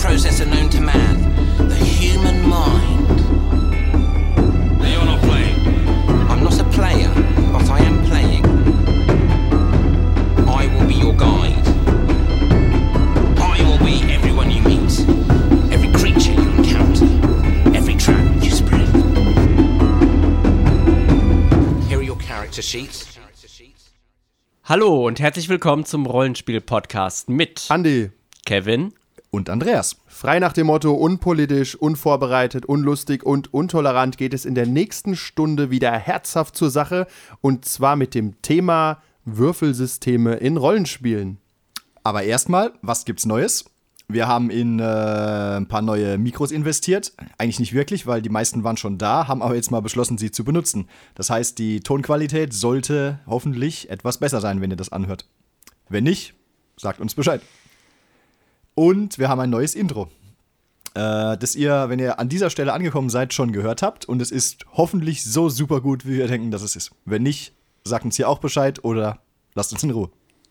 processor known to man, the human mind. Now you're not playing. I'm not a player, but I am playing. I will be your guide. I will be everyone you meet, every creature you encounter, every trap you spread. Here are your character sheets. Hallo und herzlich willkommen zum Rollenspiel-Podcast mit Andi, Kevin und Andreas. Frei nach dem Motto unpolitisch, unvorbereitet, unlustig und untolerant geht es in der nächsten Stunde wieder herzhaft zur Sache und zwar mit dem Thema Würfelsysteme in Rollenspielen. Aber erstmal, was gibt's Neues? Wir haben in ein paar neue Mikros investiert. Eigentlich nicht wirklich, weil die meisten waren schon da, haben aber jetzt mal beschlossen, sie zu benutzen. Das heißt, die Tonqualität sollte hoffentlich etwas besser sein, wenn ihr das anhört. Wenn nicht, sagt uns Bescheid. Und wir haben ein neues Intro, das ihr, wenn ihr an dieser Stelle angekommen seid, schon gehört habt. Und es ist hoffentlich so super gut, wie wir denken, dass es ist. Wenn nicht, sagt uns hier auch Bescheid oder lasst uns in Ruhe.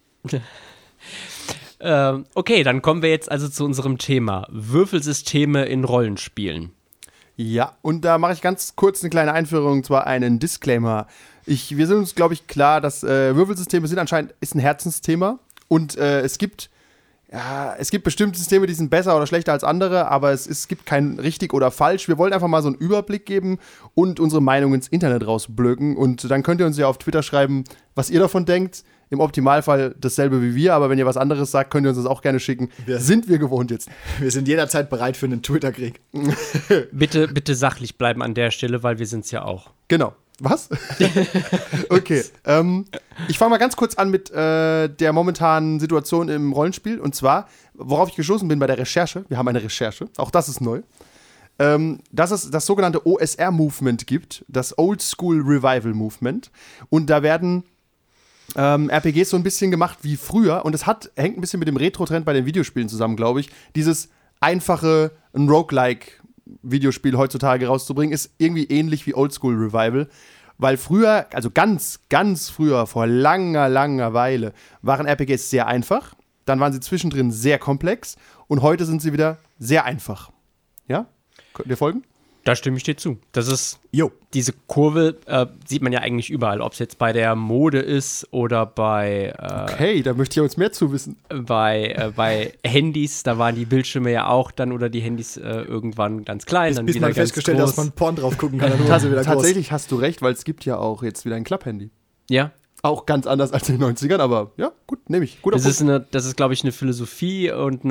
Okay, dann kommen wir jetzt also zu unserem Thema Würfelsysteme in Rollenspielen. Ja, und da mache ich ganz kurz eine kleine Einführung, und zwar einen Disclaimer. Wir sind uns, glaube ich, klar, dass Würfelsysteme sind ist ein Herzensthema und es gibt bestimmte Systeme, die sind besser oder schlechter als andere, aber es gibt kein richtig oder falsch. Wir wollen einfach mal so einen Überblick geben und unsere Meinung ins Internet rausblöken und dann könnt ihr uns ja auf Twitter schreiben, was ihr davon denkt. Im Optimalfall dasselbe wie wir, aber wenn ihr was anderes sagt, könnt ihr uns das auch gerne schicken. Sind wir gewohnt jetzt. Wir sind jederzeit bereit für einen Twitter-Krieg. Bitte sachlich bleiben an der Stelle, weil wir sind es ja auch. Genau. Was? Okay. Ich fange mal ganz kurz an mit der momentanen Situation im Rollenspiel. Und zwar, worauf ich gestoßen bin bei der Recherche. Wir haben eine Recherche. Auch das ist neu. Dass es das sogenannte OSR-Movement gibt. Das Old School Revival Movement. Und da werden RPGs so ein bisschen gemacht wie früher. Und es hängt ein bisschen mit dem Retro-Trend bei den Videospielen zusammen, glaube ich. Dieses einfache, ein Roguelike-Videospiel heutzutage rauszubringen, ist irgendwie ähnlich wie Oldschool Revival. Weil früher, also ganz, ganz früher, vor langer, langer Weile, waren RPGs sehr einfach. Dann waren sie zwischendrin sehr komplex. Und heute sind sie wieder sehr einfach. Ja? Könnt ihr folgen? Da stimme ich dir zu. Das ist, diese Kurve sieht man ja eigentlich überall, ob es jetzt bei der Mode ist oder bei okay, da möchte ich uns mehr zu wissen. Bei Handys, da waren die Bildschirme ja auch dann oder die Handys irgendwann ganz klein, dann bis wieder man ganz festgestellt, groß. dass man Porn drauf gucken kann. Dann sie wieder Tatsächlich hast du recht, weil es gibt ja auch jetzt wieder ein Klapphandy. Ja. Auch ganz anders als in den 90ern, aber ja, gut, nehme ich. Das ist, glaube ich, eine Philosophie und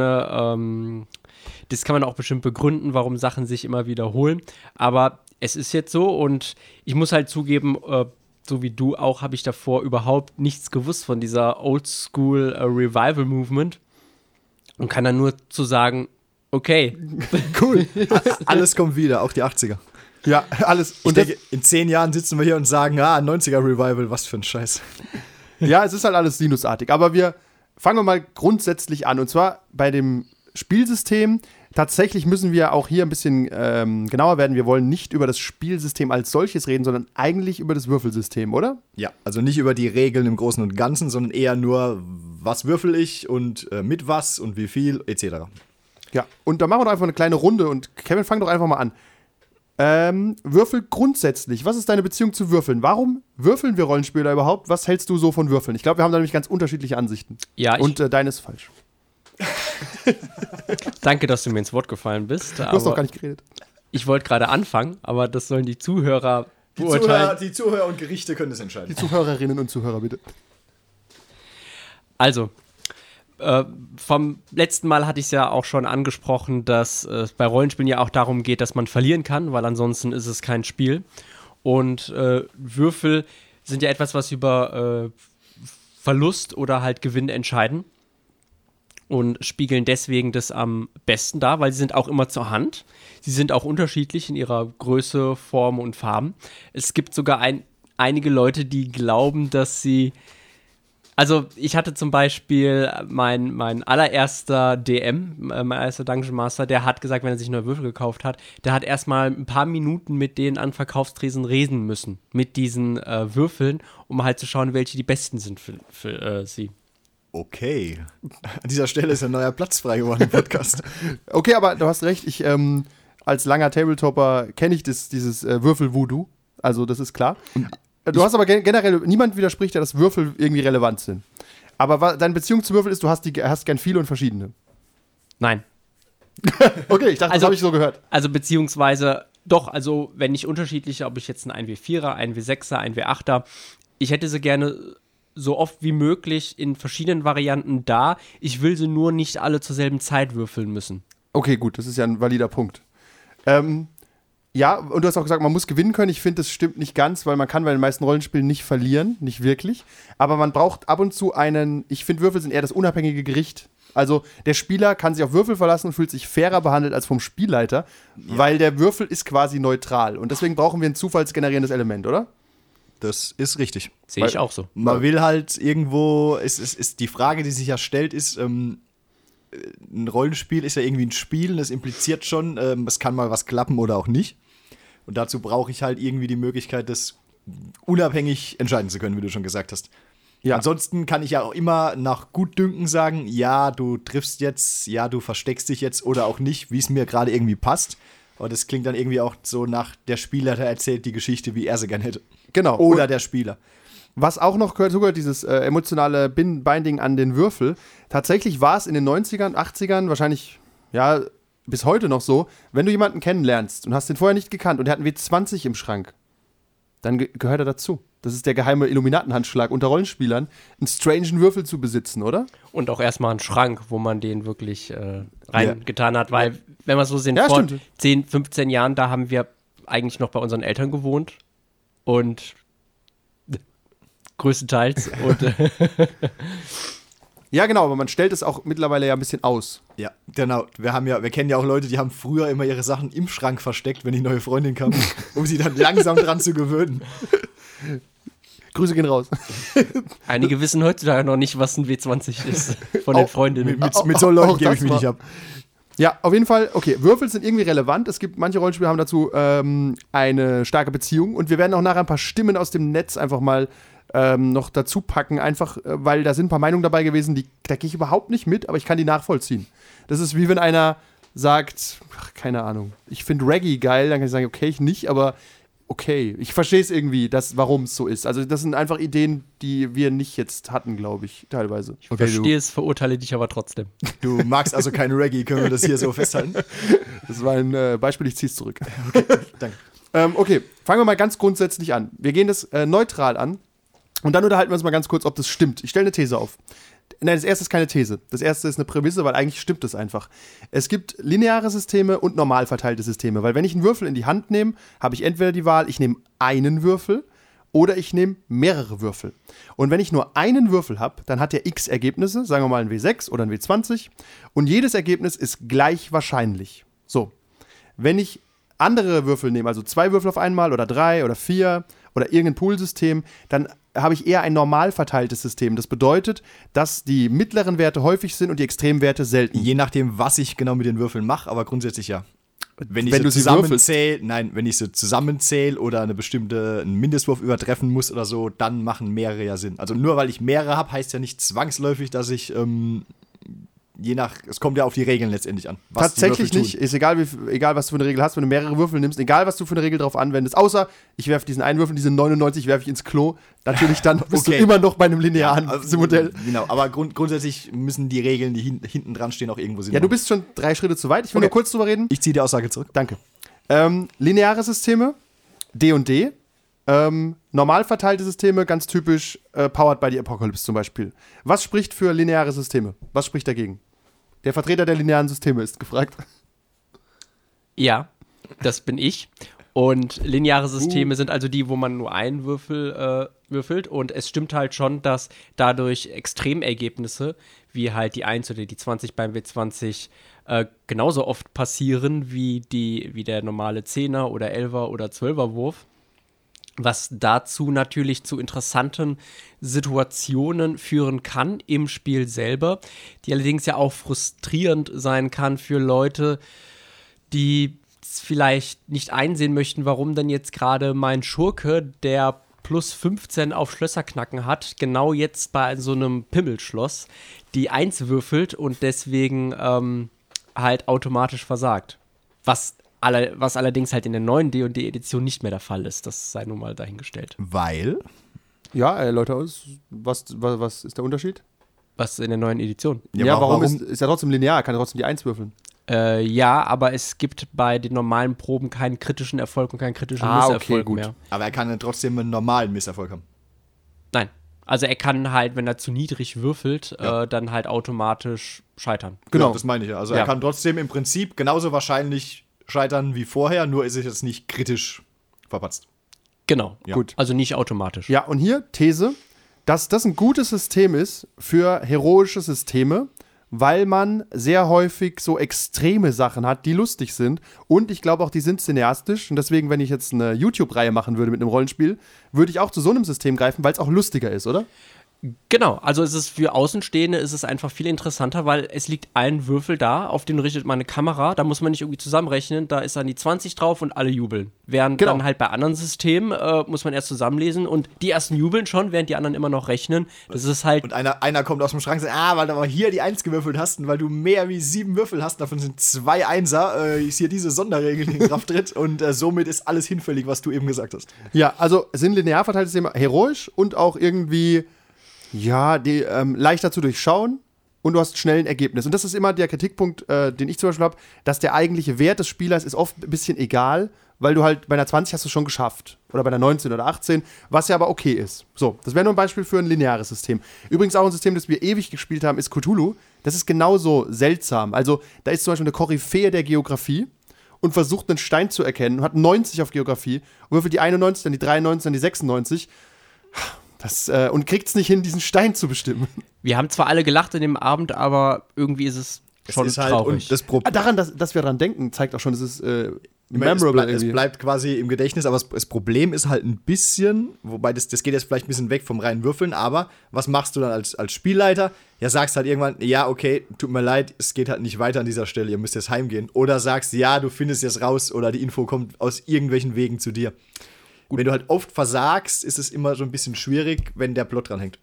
das kann man auch bestimmt begründen, warum Sachen sich immer wiederholen. Aber es ist jetzt so und ich muss halt zugeben, so wie du auch, habe ich davor überhaupt nichts gewusst von dieser Oldschool Revival Movement und kann dann nur zu sagen, okay. Cool. Alles kommt wieder, auch die 80er. Ja, alles. Und ich denke, in 10 Jahren sitzen wir hier und sagen, 90er Revival, was für ein Scheiß. Ja, es ist halt alles sinusartig. Aber fangen wir mal grundsätzlich an. Und zwar bei dem Spielsystem. Tatsächlich müssen wir auch hier ein bisschen genauer werden. Wir wollen nicht über das Spielsystem als solches reden, sondern eigentlich über das Würfelsystem, oder? Ja, also nicht über die Regeln im Großen und Ganzen, sondern eher nur, was würfel ich und mit was und wie viel, etc. Ja, und da machen wir doch einfach eine kleine Runde. Und Kevin, fang doch einfach mal an. Würfel grundsätzlich. Was ist deine Beziehung zu Würfeln? Warum würfeln wir Rollenspieler überhaupt? Was hältst du so von Würfeln? Ich glaube, wir haben da nämlich ganz unterschiedliche Ansichten. Ja, und deine ist falsch. Danke, dass du mir ins Wort gefallen bist. Du hast doch gar nicht geredet. Ich wollte gerade anfangen, aber das sollen die Zuhörer beurteilen. Die Zuhörer und Gerichte können das entscheiden. Die Zuhörerinnen und Zuhörer, bitte. Also, vom letzten Mal hatte ich es ja auch schon angesprochen, dass es bei Rollenspielen ja auch darum geht, dass man verlieren kann, weil ansonsten ist es kein Spiel. Und Würfel sind ja etwas, was über Verlust oder halt Gewinn entscheiden. Und spiegeln deswegen das am besten dar, weil sie sind auch immer zur Hand. Sie sind auch unterschiedlich in ihrer Größe, Form und Farben. Es gibt sogar einige Leute, die glauben, dass sie Also ich hatte zum Beispiel mein allererster DM, mein allererster Dungeon Master, der hat gesagt, wenn er sich neue Würfel gekauft hat, der hat erstmal ein paar Minuten mit denen an Verkaufstresen reden müssen, mit diesen Würfeln, um halt zu schauen, welche die besten sind für sie. Okay. An dieser Stelle ist ein neuer Platz frei geworden im Podcast. Okay, aber du hast recht, ich als langer Tabletopper kenne ich dieses Würfel-Voodoo. Also das ist klar. Du hast aber generell, niemand widerspricht ja, dass Würfel irgendwie relevant sind. Aber deine Beziehung zu Würfel ist, du hast gern viele und verschiedene. Nein. Okay, ich dachte, das habe ich so gehört. Also beziehungsweise doch, also wenn nicht unterschiedliche, ob ich jetzt einen 1W4er, einen W6er, einen W8er, ich hätte sie gerne so oft wie möglich in verschiedenen Varianten da. Ich will sie nur nicht alle zur selben Zeit würfeln müssen. Okay, gut, das ist ja ein valider Punkt. Ja, und du hast auch gesagt, man muss gewinnen können. Ich finde, das stimmt nicht ganz, weil man kann bei den meisten Rollenspielen nicht verlieren, nicht wirklich. Aber man braucht ab und zu ich finde, Würfel sind eher das unabhängige Gericht. Also der Spieler kann sich auf Würfel verlassen und fühlt sich fairer behandelt als vom Spielleiter, weil der Würfel ist quasi neutral. Und deswegen brauchen wir ein zufallsgenerierendes Element, oder? Das ist richtig. Sehe ich auch so. Man will halt irgendwo, ist die Frage, die sich ja stellt, ist, ein Rollenspiel ist ja irgendwie ein Spiel und das impliziert schon, es kann mal was klappen oder auch nicht. Und dazu brauche ich halt irgendwie die Möglichkeit, das unabhängig entscheiden zu können, wie du schon gesagt hast. Ja. Ansonsten kann ich ja auch immer nach Gutdünken sagen, ja, du triffst jetzt, ja, du versteckst dich jetzt oder auch nicht, wie es mir gerade irgendwie passt. Aber das klingt dann irgendwie auch so nach, der Spieler, der erzählt die Geschichte, wie er sie gerne hätte. Genau. Oder der Spieler. Was auch noch gehört, dieses emotionale Binding an den Würfel. Tatsächlich war es in den 90ern, 80ern, wahrscheinlich, ja, bis heute noch so, wenn du jemanden kennenlernst und hast den vorher nicht gekannt und er hat einen W20 im Schrank, dann gehört er dazu. Das ist der geheime Illuminatenhandschlag unter Rollenspielern, einen strangen Würfel zu besitzen, oder? Und auch erstmal einen Schrank, wo man den wirklich reingetan hat, weil, wenn wir so sehen, ja, vor stimmt. 10, 15 Jahren, da haben wir eigentlich noch bei unseren Eltern gewohnt und größtenteils und ja, genau, aber man stellt es auch mittlerweile ja ein bisschen aus. Ja, genau. Wir kennen ja auch Leute, die haben früher immer ihre Sachen im Schrank versteckt, wenn die neue Freundin kam, um sie dann langsam dran zu gewöhnen. Grüße gehen raus. einige wissen heutzutage noch nicht, was ein W20 ist von den Freundinnen. Mit so Leuten auch gebe das ich mich war- nicht ab. Ja, auf jeden Fall, okay, Würfel sind irgendwie relevant. Es gibt, manche Rollenspiele haben dazu eine starke Beziehung und wir werden auch nachher ein paar Stimmen aus dem Netz einfach mal noch dazu packen, einfach, weil da sind ein paar Meinungen dabei gewesen, da gehe ich überhaupt nicht mit, aber ich kann die nachvollziehen. Das ist wie wenn einer sagt, keine Ahnung, ich finde Reggae geil, dann kann ich sagen, okay, ich nicht, aber okay, ich verstehe es irgendwie, warum es so ist. Also das sind einfach Ideen, die wir nicht jetzt hatten, glaube ich, teilweise. Ich verstehe es, verurteile dich aber trotzdem. Du magst also keine Reggae, können wir das hier so festhalten? Das war ein Beispiel, ich ziehe es zurück. Danke. Okay, fangen wir mal ganz grundsätzlich an. Wir gehen das neutral an und dann unterhalten wir uns mal ganz kurz, ob das stimmt. Ich stelle eine These auf. Nein, das erste ist keine These. Das erste ist eine Prämisse, weil eigentlich stimmt es einfach. Es gibt lineare Systeme und normal verteilte Systeme, weil wenn ich einen Würfel in die Hand nehme, habe ich entweder die Wahl, ich nehme einen Würfel oder ich nehme mehrere Würfel. Und wenn ich nur einen Würfel habe, dann hat er x Ergebnisse, sagen wir mal ein W6 oder ein W20 und jedes Ergebnis ist gleich wahrscheinlich. So, wenn ich andere Würfel nehme, also 2 Würfel auf einmal oder 3 oder 4 oder irgendein Poolsystem, dann habe ich eher ein normal verteiltes System. Das bedeutet, dass die mittleren Werte häufig sind und die Extremwerte selten. Je nachdem, was ich genau mit den Würfeln mache, aber grundsätzlich ja. Wenn du sie wenn ich sie zusammenzähle oder einen Mindestwurf übertreffen muss oder so, dann machen mehrere ja Sinn. Also nur weil ich mehrere habe, heißt ja nicht zwangsläufig, dass ich es kommt ja auf die Regeln letztendlich an. Was Tatsächlich die Würfel nicht. tun. Ist egal, was du für eine Regel hast, wenn du mehrere Würfel nimmst, egal, was du für eine Regel drauf anwendest, außer ich werfe diesen einen Würfel, diese 99 werfe ich ins Klo. Natürlich, dann bist Okay. du immer noch bei einem linearen Modell. Genau, aber grundsätzlich müssen die Regeln, die hinten dran stehen, auch irgendwo Sinn Ja, du machen. bist schon 3 Schritte zu weit. Ich will Okay. nur kurz drüber reden. Ich ziehe die Aussage zurück. Danke. Lineare Systeme, D&D. Normal verteilte Systeme, ganz typisch Powered by the Apocalypse zum Beispiel. Was spricht für lineare Systeme? Was spricht dagegen? Der Vertreter der linearen Systeme ist gefragt. Ja, das bin ich. Und lineare Systeme sind also die, wo man nur einen Würfel würfelt. Und es stimmt halt schon, dass dadurch Extremergebnisse, wie halt die 1 oder die 20 beim W20, genauso oft passieren wie der normale 10er oder 11er oder 12er Wurf. Was dazu natürlich zu interessanten Situationen führen kann im Spiel selber, die allerdings ja auch frustrierend sein kann für Leute, die vielleicht nicht einsehen möchten, warum denn jetzt gerade mein Schurke, der plus 15 auf Schlösserknacken hat, genau jetzt bei so einem Pimmelschloss die 1 würfelt und deswegen halt automatisch versagt. Was allerdings halt in der neuen D&D-Edition nicht mehr der Fall ist. Das sei nun mal dahingestellt. Weil? Ja, Leute, was ist der Unterschied? Was in der neuen Edition? Ja, warum ist ja trotzdem linear, kann er trotzdem die 1 würfeln. Ja, aber es gibt bei den normalen Proben keinen kritischen Erfolg und keinen kritischen Misserfolg gut. mehr. Aber er kann dann trotzdem einen normalen Misserfolg haben. Nein. Also er kann halt, wenn er zu niedrig würfelt, dann halt automatisch scheitern. Genau. Ja, das meine ich ja. Also Ja. er kann trotzdem im Prinzip genauso wahrscheinlich scheitern wie vorher, nur ist es jetzt nicht kritisch verpatzt. Genau. Ja. Gut. Also nicht automatisch. Ja, und hier These, dass das ein gutes System ist für heroische Systeme, weil man sehr häufig so extreme Sachen hat, die lustig sind. Und ich glaube auch, die sind cineastisch. Und deswegen, wenn ich jetzt eine YouTube-Reihe machen würde mit einem Rollenspiel, würde ich auch zu so einem System greifen, weil es auch lustiger ist, oder? Genau, also es ist für Außenstehende ist es einfach viel interessanter, weil es liegt ein Würfel da, auf den richtet man eine Kamera, da muss man nicht irgendwie zusammenrechnen, da ist dann die 20 drauf und alle jubeln. Während Genau. dann halt bei anderen Systemen muss man erst zusammenlesen und die ersten jubeln schon, während die anderen immer noch rechnen. Das ist halt, Und einer kommt aus dem Schrank und sagt, weil du aber hier die 1 gewürfelt hast und weil du mehr wie 7 Würfel hast, davon sind 2 Einser, ist hier diese Sonderregel, die in Kraft tritt und somit ist alles hinfällig, was du eben gesagt hast. Ja, also sind linear verteilte Systeme heroisch und auch irgendwie, ja, die leichter zu durchschauen und du hast schnell ein Ergebnis. Und das ist immer der Kritikpunkt, den ich zum Beispiel habe, dass der eigentliche Wert des Spielers ist oft ein bisschen egal, weil du halt bei einer 20 hast du schon geschafft. Oder bei einer 19 oder 18, was ja aber okay ist. So, das wäre nur ein Beispiel für ein lineares System. Übrigens auch ein System, das wir ewig gespielt haben, ist Cthulhu. Das ist genauso seltsam. Also, da ist zum Beispiel eine Koryphäe der Geografie und versucht, einen Stein zu erkennen und hat 90 auf Geografie und würfelt die 91, dann die 93, dann die 96. Und kriegt es nicht hin, diesen Stein zu bestimmen. wir haben zwar alle gelacht in dem Abend, aber irgendwie ist es schon ist halt, traurig. und das Problem. Daran, dass wir daran denken, zeigt auch schon, es ist memorable Es irgendwie. bleibt quasi im Gedächtnis, aber das Problem ist halt ein bisschen, wobei das geht jetzt vielleicht ein bisschen weg vom reinen Würfeln, aber was machst du dann als Spielleiter? Ja, sagst halt irgendwann, ja, okay, tut mir leid, es geht halt nicht weiter an dieser Stelle, ihr müsst jetzt heimgehen. Oder sagst, ja, du findest jetzt raus oder die Info kommt aus irgendwelchen Wegen zu dir. Wenn du halt oft versagst, ist es immer so ein bisschen schwierig, wenn der Plot dran hängt.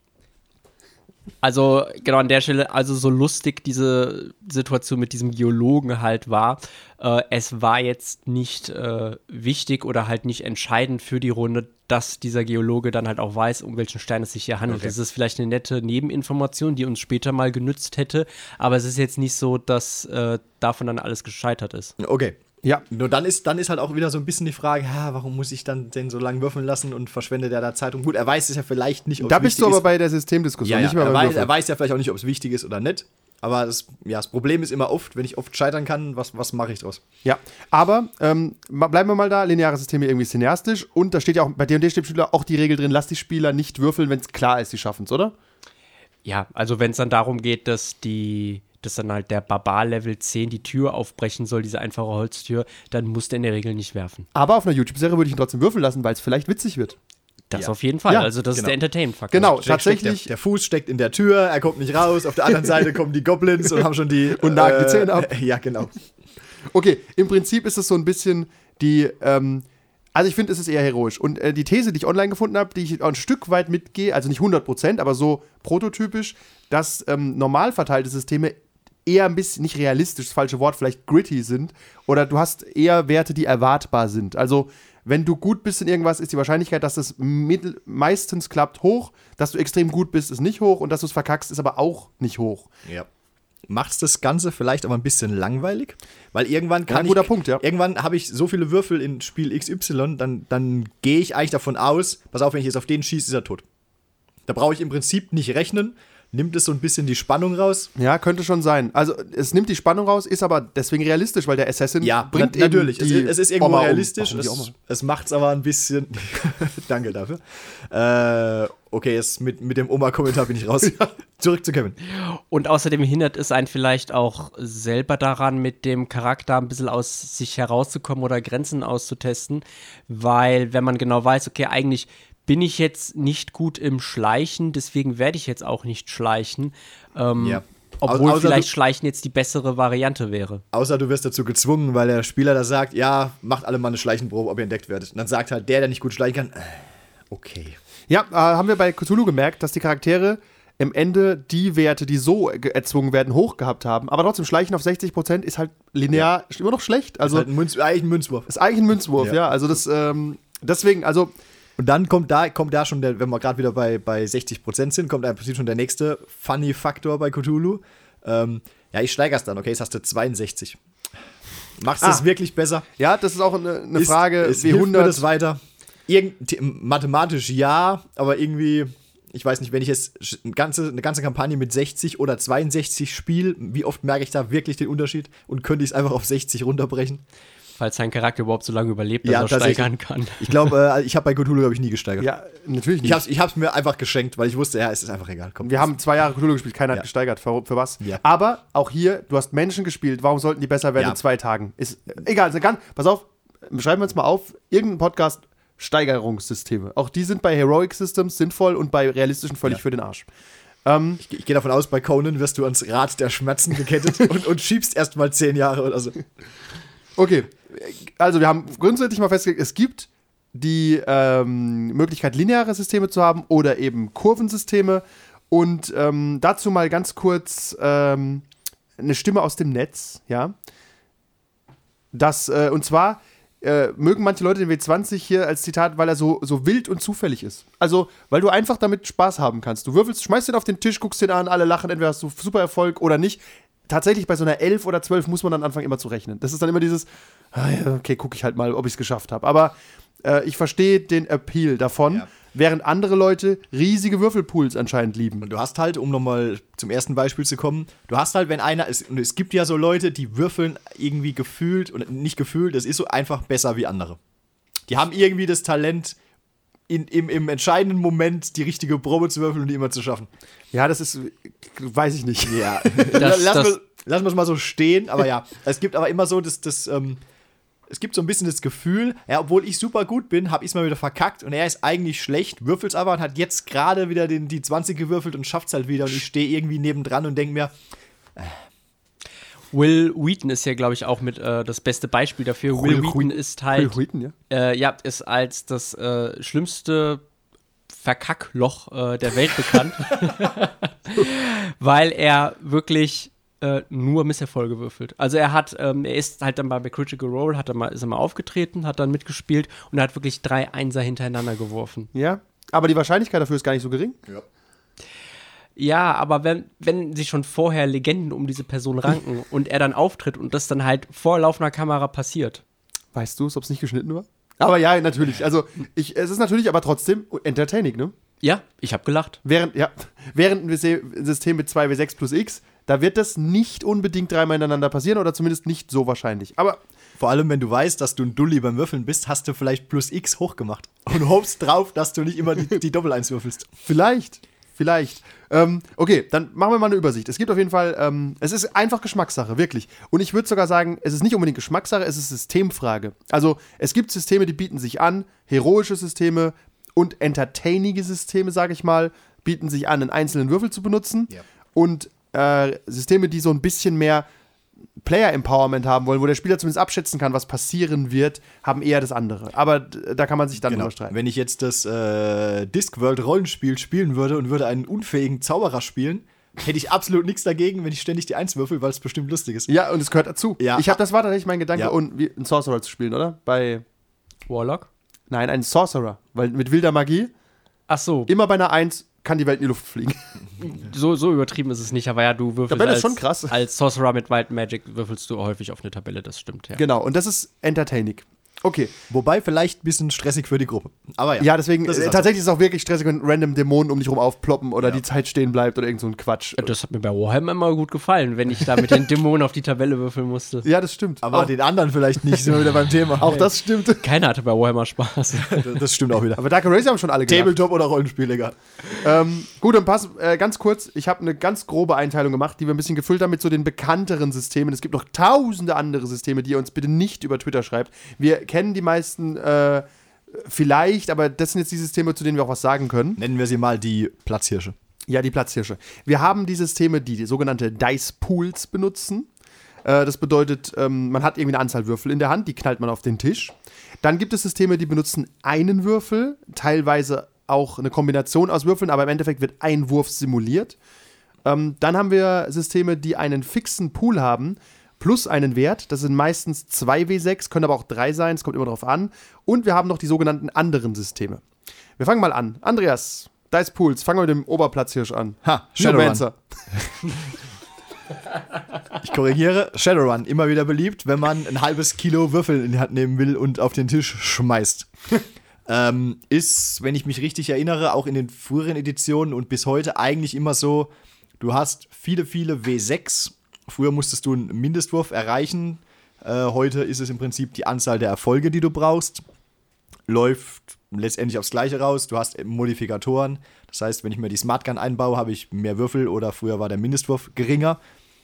Also, genau an der Stelle, also so lustig diese Situation mit diesem Geologen halt war, es war jetzt nicht wichtig oder halt nicht entscheidend für die Runde, dass dieser Geologe dann halt auch weiß, um welchen Stein es sich hier handelt. Okay. Das ist vielleicht eine nette Nebeninformation, die uns später mal genützt hätte, aber es ist jetzt nicht so, dass davon dann alles gescheitert ist. Okay. Ja. Nur dann ist halt auch wieder so ein bisschen die Frage, warum muss ich dann den so lange würfeln lassen und verschwende der da Zeit? Und gut, er weiß es ja vielleicht nicht, ob Da es bist wichtig du aber ist. bei der Systemdiskussion, Ja, nicht mehr er beim weiß, Würfeln. er weiß ja vielleicht auch nicht, ob es wichtig ist oder nicht. Aber das Problem ist immer oft, wenn ich oft scheitern kann, was mache ich draus? Ja, aber bleiben wir mal da, lineare Systeme irgendwie cineastisch und da steht ja auch, bei D&D steht auch die Regel drin, lass die Spieler nicht würfeln, wenn es klar ist, sie schaffen es, oder? Ja, also wenn es dann darum geht, dass dann halt der Barbar Level 10 die Tür aufbrechen soll, diese einfache Holztür, dann muss der in der Regel nicht werfen. Aber auf einer YouTube-Serie würde ich ihn trotzdem würfeln lassen, weil es vielleicht witzig wird. Das Ja. auf jeden Fall. Ja, Also das ist genau. der Entertainment-Faktor. Genau, Steckt tatsächlich. Der Fuß steckt in der Tür, er kommt nicht raus, auf der anderen Seite kommen die Goblins und haben schon die... Und nagen die Zähne ab. Ja, genau. Okay, im Prinzip ist es so ein bisschen die, also ich finde, es ist eher heroisch. Und die These, die ich online gefunden habe, die ich auch ein Stück weit mitgehe, also nicht 100%, aber so prototypisch, dass normal verteilte Systeme eher ein bisschen, nicht realistisch, das falsche Wort, vielleicht gritty sind. Oder du hast eher Werte, die erwartbar sind. Also, wenn du gut bist in irgendwas, ist die Wahrscheinlichkeit, dass das meistens klappt, hoch. Dass du extrem gut bist, ist nicht hoch. Und dass du es verkackst, ist aber auch nicht hoch. Ja. Macht's das Ganze vielleicht aber ein bisschen langweilig? Weil irgendwann kann guter Punkt, ja. Irgendwann habe ich so viele Würfel in Spiel XY, dann gehe ich eigentlich davon aus, pass auf, wenn ich jetzt auf den schieße, ist er tot. Da brauche ich im Prinzip nicht rechnen. Nimmt es so ein bisschen die Spannung raus? Ja, könnte schon sein. Also, es nimmt die Spannung raus, ist aber deswlich realistisch, weil der Assassin bringt eben natürlich. die Es ist irgendwo Oma realistisch. Um. Warum die Oma? Es macht's aber ein bisschen. Danke dafür. Okay, jetzt mit dem Oma-Kommentar bin ich raus. Zurück zu Kevin. Und außerdem hindert es einen vielleicht auch selber daran, mit dem Charakter ein bisschen aus sich herauszukommen oder Grenzen auszutesten, weil wenn man genau weiß, okay, eigentlich bin ich jetzt nicht gut im Schleichen, deswegen werde ich jetzt auch nicht schleichen, Ja. obwohl Außer vielleicht du- Schleichen jetzt die bessere Variante wäre. Außer du wirst dazu gezwungen, weil der Spieler da sagt, ja, macht alle mal eine Schleichenprobe, ob ihr entdeckt werdet. Und dann sagt halt der nicht gut schleichen kann, Okay. Ja, haben wir bei Cthulhu gemerkt, dass die Charaktere im Ende die Werte, die so erzwungen werden, hoch gehabt haben. Aber trotzdem, Schleichen auf 60% ist halt linear immer noch schlecht. Also Ist halt eigentlich ein Münzwurf. ist eigentlich ein Münzwurf, ja. Also das, deswegen, also Und dann kommt da schon, wenn wir gerade wieder bei 60% sind, kommt im Prinzip schon der nächste Funny-Faktor bei Cthulhu. Ich steiger's dann, okay, jetzt hast du 62. Machst du es wirklich besser? ja, das ist auch eine Frage, wie wie 100 das weiter? Mathematisch ja, aber irgendwie, ich weiß nicht, wenn ich jetzt eine ganze Kampagne mit 60 oder 62 spiele, wie oft merke ich da wirklich den Unterschied und könnte ich es einfach auf 60 runterbrechen? Falls sein Charakter überhaupt so lange überlebt, Ja, dass er tatsächlich. steigern kann. Ich glaube, ich habe bei Cthulhu nie gesteigert. Ja, natürlich nicht. Ich hab's mir einfach geschenkt, weil ich wusste, ja, es ist einfach egal. Komm, Wir haben 2 Jahre Cthulhu gespielt, keiner Ja. hat gesteigert. Für was? Ja. Aber auch hier, du hast Menschen gespielt, warum sollten die besser werden Ja. in 2 Tagen? Ist egal, pass auf, schreiben wir uns mal auf, irgendein Podcast, Steigerungssysteme. Auch die sind bei Heroic Systems sinnvoll und bei realistischen völlig für den Arsch. Ich gehe davon aus, bei Conan wirst du ans Rad der Schmerzen gekettet und schiebst erst mal 10 Jahre oder so. Okay, also wir haben grundsätzlich mal festgelegt, es gibt die Möglichkeit, lineare Systeme zu haben oder eben Kurvensysteme. Und dazu mal ganz kurz eine Stimme aus dem Netz, ja. Und zwar mögen manche Leute den W20 hier als Zitat, weil er so wild und zufällig ist. Also, weil du einfach damit Spaß haben kannst. Du würfelst, schmeißt den auf den Tisch, guckst den an, alle lachen, entweder hast du super Erfolg oder nicht. Tatsächlich bei so einer 11 oder 12 muss man dann anfangen immer zu rechnen. Das ist dann immer dieses, okay, gucke ich halt mal, ob ich es geschafft habe. Aber ich verstehe den Appeal davon, Ja. während andere Leute riesige Würfelpools anscheinend lieben. Und du hast halt, um nochmal zum ersten Beispiel zu kommen, du hast halt, wenn und es gibt ja so Leute, die würfeln irgendwie gefühlt, oder nicht gefühlt, das ist so einfach besser wie andere. Die haben irgendwie das Talent, im entscheidenden Moment die richtige Probe zu würfeln und die immer zu schaffen. Ja, das ist, weiß ich nicht. Ja, Das- lassen wir es mal so stehen, aber ja, es gibt aber immer so es gibt so ein bisschen das Gefühl, ja, obwohl ich super gut bin, habe ich es mal wieder verkackt und er ist eigentlich schlecht, würfelt's aber und hat jetzt gerade wieder die 20 gewürfelt und schafft's halt wieder und ich stehe irgendwie nebendran und denke mir, Will Wheaton ist ja, glaube ich, auch mit das beste Beispiel dafür. Will Wheaton ist halt, Will Wheaton, ja. ist als das schlimmste Verkackloch der Welt bekannt, weil er wirklich nur Misserfolge würfelt. Also er ist halt dann bei Critical Role, ist er mal aufgetreten, hat dann mitgespielt und er hat wirklich 3 Einser hintereinander geworfen. Ja, aber die Wahrscheinlichkeit dafür ist gar nicht so gering. Ja, aber wenn sich schon vorher Legenden um diese Person ranken und er dann auftritt und das dann halt vor laufender Kamera passiert. Weißt du, ob es nicht geschnitten war? Aber ja, natürlich. Also, es ist natürlich aber trotzdem entertaining, ne? Ja, ich habe gelacht. Während ein System mit 2W6 plus X, da wird das nicht unbedingt 3-mal hintereinander passieren oder zumindest nicht so wahrscheinlich. Aber vor allem, wenn du weißt, dass du ein Dulli beim Würfeln bist, hast du vielleicht plus X hochgemacht und hoffst drauf, dass du nicht immer die Doppel-Eins würfelst. vielleicht. Okay, dann machen wir mal eine Übersicht. Es gibt auf jeden Fall, es ist einfach Geschmackssache, wirklich. Und ich würde sogar sagen, es ist nicht unbedingt Geschmackssache, es ist Systemfrage. Also, es gibt Systeme, die bieten sich an, heroische Systeme und entertainige Systeme, sage ich mal, bieten sich an, einen einzelnen Würfel zu benutzen. Ja. Und Systeme, die so ein bisschen mehr Player-Empowerment haben wollen, wo der Spieler zumindest abschätzen kann, was passieren wird, haben eher das andere. Aber da kann man sich dann überstreiten. Wenn ich jetzt das Discworld-Rollenspiel spielen würde und würde einen unfähigen Zauberer spielen, hätte ich absolut nichts dagegen, wenn ich ständig die 1 würfel, weil es bestimmt lustig ist. Ja, und es gehört dazu. Ja. Das war tatsächlich mein Gedanke, Ja. und einen Sorcerer zu spielen, oder? Warlock? Nein, einen Sorcerer. Weil mit wilder Magie, Ach so, immer bei einer 1 kann die Welt in die Luft fliegen. so übertrieben ist es nicht, aber ja, du würfelst Tabelle ist schon krass. als Sorcerer mit Wild Magic würfelst du häufig auf eine Tabelle, das stimmt, ja. Genau, und das ist entertaining. Okay. Wobei vielleicht ein bisschen stressig für die Gruppe. Aber ja. Ja, deswegen, Das ist also- tatsächlich ist es auch wirklich stressig, wenn random Dämonen um dich rum aufploppen oder Ja. die Zeit stehen bleibt oder irgend so ein Quatsch. Das hat mir bei Warhammer immer gut gefallen, wenn ich da mit den Dämonen auf die Tabelle würfeln musste. Ja, das stimmt. Aber auch, den anderen vielleicht nicht, sind wir wieder beim Thema. auch das stimmt. Keiner hatte bei Warhammer Spaß. Das stimmt auch wieder. Aber Dark Race haben schon alle gemacht. Tabletop oder Rollenspiel, egal. Gut, dann ganz kurz, ich habe eine ganz grobe Einteilung gemacht, die wir ein bisschen gefüllt haben mit so den bekannteren Systemen. Es gibt noch tausende andere Systeme, die ihr uns bitte nicht über Twitter schreibt. Wir kennen die meisten vielleicht, aber das sind jetzt die Systeme, zu denen wir auch was sagen können. Nennen wir sie mal die Platzhirsche. Ja, die Platzhirsche. Wir haben die Systeme, die sogenannte Dice Pools benutzen. Das bedeutet, man hat irgendwie eine Anzahl Würfel in der Hand, die knallt man auf den Tisch. Dann gibt es Systeme, die benutzen einen Würfel, teilweise auch eine Kombination aus Würfeln, aber im Endeffekt wird ein Wurf simuliert. Dann haben wir Systeme, die einen fixen Pool haben, plus einen Wert. Das sind meistens 2 W6, können aber auch 3 sein, es kommt immer drauf an. Und wir haben noch die sogenannten anderen Systeme. Wir fangen mal an. Andreas, Dice Pools, fangen wir mit dem Oberplatzhirsch an. Ha, Shadowrun. Neuromancer. Ich korrigiere, Shadowrun, immer wieder beliebt, wenn man ein halbes Kilo Würfel in die Hand nehmen will und auf den Tisch schmeißt. Ist, wenn ich mich richtig erinnere, auch in den früheren Editionen und bis heute eigentlich immer so, du hast viele W6. Früher musstest du einen Mindestwurf erreichen. Heute ist es im Prinzip die Anzahl der Erfolge, die du brauchst. Läuft letztendlich aufs Gleiche raus. Du hast Modifikatoren. Das heißt, wenn ich mir die Smart Gun einbaue, habe ich mehr Würfel oder früher war der Mindestwurf geringer.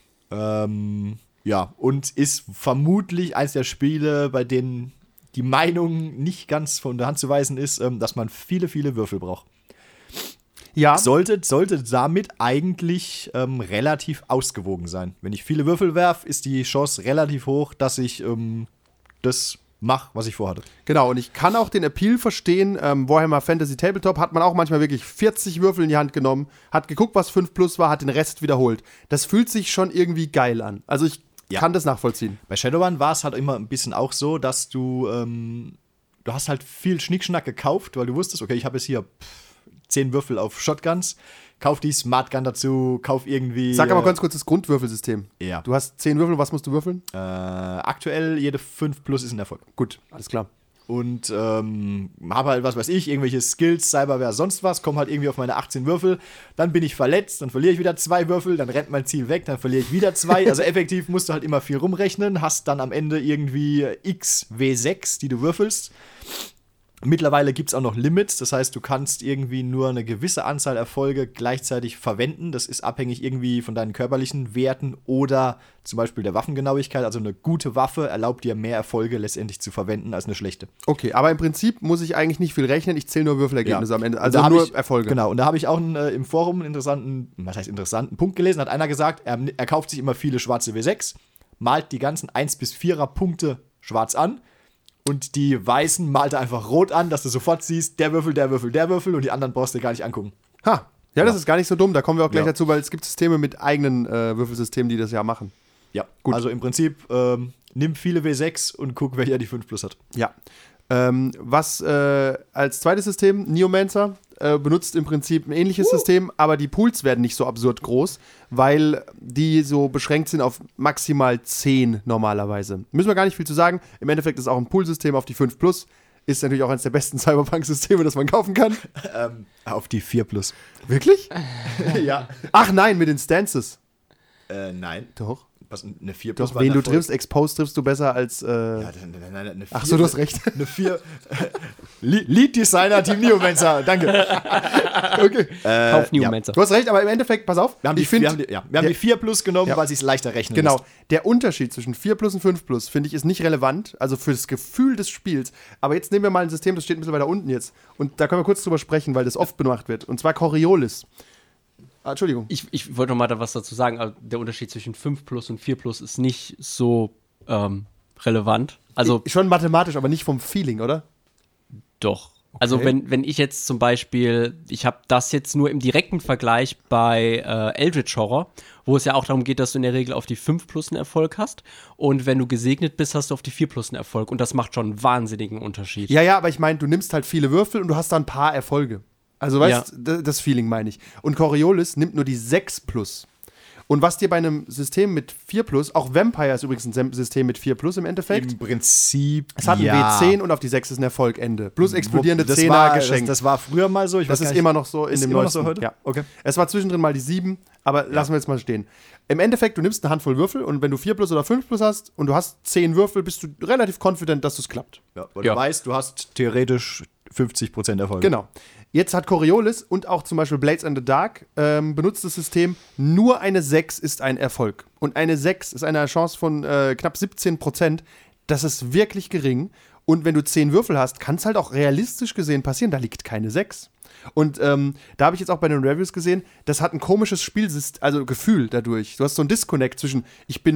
Ja, und ist vermutlich eins der Spiele, bei denen die Meinung nicht ganz von der Hand zu weisen ist, dass man viele Würfel braucht. Ja. Sollte damit eigentlich relativ ausgewogen sein. Wenn ich viele Würfel werfe, ist die Chance relativ hoch, dass ich das mache, was ich vorhatte. Genau, und ich kann auch den Appeal verstehen. Warhammer Fantasy Tabletop hat man auch manchmal wirklich 40 Würfel in die Hand genommen, hat geguckt, was 5+ war, hat den Rest wiederholt. Das fühlt sich schon irgendwie geil an. Also ich kann das nachvollziehen. Bei Shadowrun war es halt immer ein bisschen auch so, dass du hast halt viel Schnickschnack gekauft, weil du wusstest, okay, ich habe jetzt hier 10 Würfel auf Shotguns, kauf die Smart Gun dazu, kauf irgendwie... Sag aber ganz kurz das Grundwürfelsystem. Ja. Du hast 10 Würfel, was musst du würfeln? Aktuell jede 5+ ist ein Erfolg. Gut, alles klar. Und habe halt, was weiß ich, irgendwelche Skills, Cyberware, sonst was, komme halt irgendwie auf meine 18 Würfel, dann bin ich verletzt, dann verliere ich wieder 2 Würfel, dann rennt mein Ziel weg, dann verliere ich wieder 2. Also effektiv musst du halt immer viel rumrechnen, hast dann am Ende irgendwie x W6, die du würfelst. Mittlerweile gibt es auch noch Limits, das heißt, du kannst irgendwie nur eine gewisse Anzahl Erfolge gleichzeitig verwenden. Das ist abhängig irgendwie von deinen körperlichen Werten oder zum Beispiel der Waffengenauigkeit. Also eine gute Waffe erlaubt dir mehr Erfolge letztendlich zu verwenden als eine schlechte. Okay, aber im Prinzip muss ich eigentlich nicht viel rechnen, ich zähle nur Würfelergebnisse am Ende, also nur Erfolge. Genau, und da habe ich auch im Forum einen interessanten Punkt gelesen, hat einer gesagt, er kauft sich immer viele schwarze W6, malt die ganzen 1 bis 4er Punkte schwarz an. Und die Weißen malt er einfach rot an, dass du sofort siehst, der Würfel und die anderen brauchst du gar nicht angucken. Ha, ja, das ist gar nicht so dumm, da kommen wir auch gleich dazu, weil es gibt Systeme mit eigenen Würfelsystemen, die das ja machen. Ja, gut. Also im Prinzip nimm viele W6 und guck, welcher die 5+ hat. Ja. Was als zweites System, Neomancer, benutzt im Prinzip ein ähnliches System, aber die Pools werden nicht so absurd groß, weil die so beschränkt sind auf maximal 10 normalerweise. Müssen wir gar nicht viel zu sagen. Im Endeffekt ist auch ein Poolsystem auf die 5+. Ist natürlich auch eines der besten Cyberpunk-Systeme, das man kaufen kann. Auf die 4+. Wirklich? Ja. Ach nein, mit den Stances. Nein. Doch. Was, eine 4+? Doch, wen du triffst, Exposed triffst du besser als. Ja, nein, eine 4. Ach so, du hast recht. Eine 4. Lead Designer, Team Neomancer, danke. Okay. Kauf Neomancer. Du hast recht, aber im Endeffekt, pass auf. Wir haben die 4+ genommen, weil sie es leichter rechnen. Genau. Lässt. Der Unterschied zwischen 4+ und 5+, finde ich, ist nicht relevant, also für das Gefühl des Spiels. Aber jetzt nehmen wir mal ein System, das steht ein bisschen weiter unten jetzt. Und da können wir kurz drüber sprechen, weil das oft gemacht wird. Und zwar Coriolis. Entschuldigung. Ich wollte noch mal da was dazu sagen, aber der Unterschied zwischen 5+ und 4+ ist nicht so relevant. Also schon mathematisch, aber nicht vom Feeling, oder? Doch. Okay. Also wenn ich jetzt zum Beispiel, ich habe das jetzt nur im direkten Vergleich bei Eldritch Horror, wo es ja auch darum geht, dass du in der Regel auf die 5+ einen Erfolg hast und wenn du gesegnet bist, hast du auf die 4+ einen Erfolg und das macht schon einen wahnsinnigen Unterschied. Ja, aber ich meine, du nimmst halt viele Würfel und du hast da ein paar Erfolge. Also weißt du, das Feeling meine ich. Und Coriolis nimmt nur die 6+. Und was dir bei einem System mit 4+, auch Vampire ist übrigens ein System mit 4+ im Endeffekt. Im Prinzip, es hat ein W10 und auf die 6 ist ein Erfolg, Ende. Plus explodierende 10er geschenkt. Das war früher mal so. Das ist immer noch so in dem neuesten. Noch so heute? Ja. Okay. Es war zwischendrin mal die 7, aber lassen wir jetzt mal stehen. Im Endeffekt, du nimmst eine Handvoll Würfel und wenn du 4+ oder 5+ hast und du hast 10 Würfel, bist du relativ confident, dass es klappt. Ja, weil du weißt, du hast theoretisch 50% Erfolg. Genau. Jetzt hat Coriolis und auch zum Beispiel Blades in the Dark benutzt das System, nur eine 6 ist ein Erfolg. Und eine 6 ist eine Chance von knapp 17%. Das ist wirklich gering. Und wenn du 10 Würfel hast, kann es halt auch realistisch gesehen passieren. Da liegt keine 6. Und da habe ich jetzt auch bei den Reviews gesehen, das hat ein komisches Gefühl dadurch. Du hast so ein Disconnect zwischen, ich bin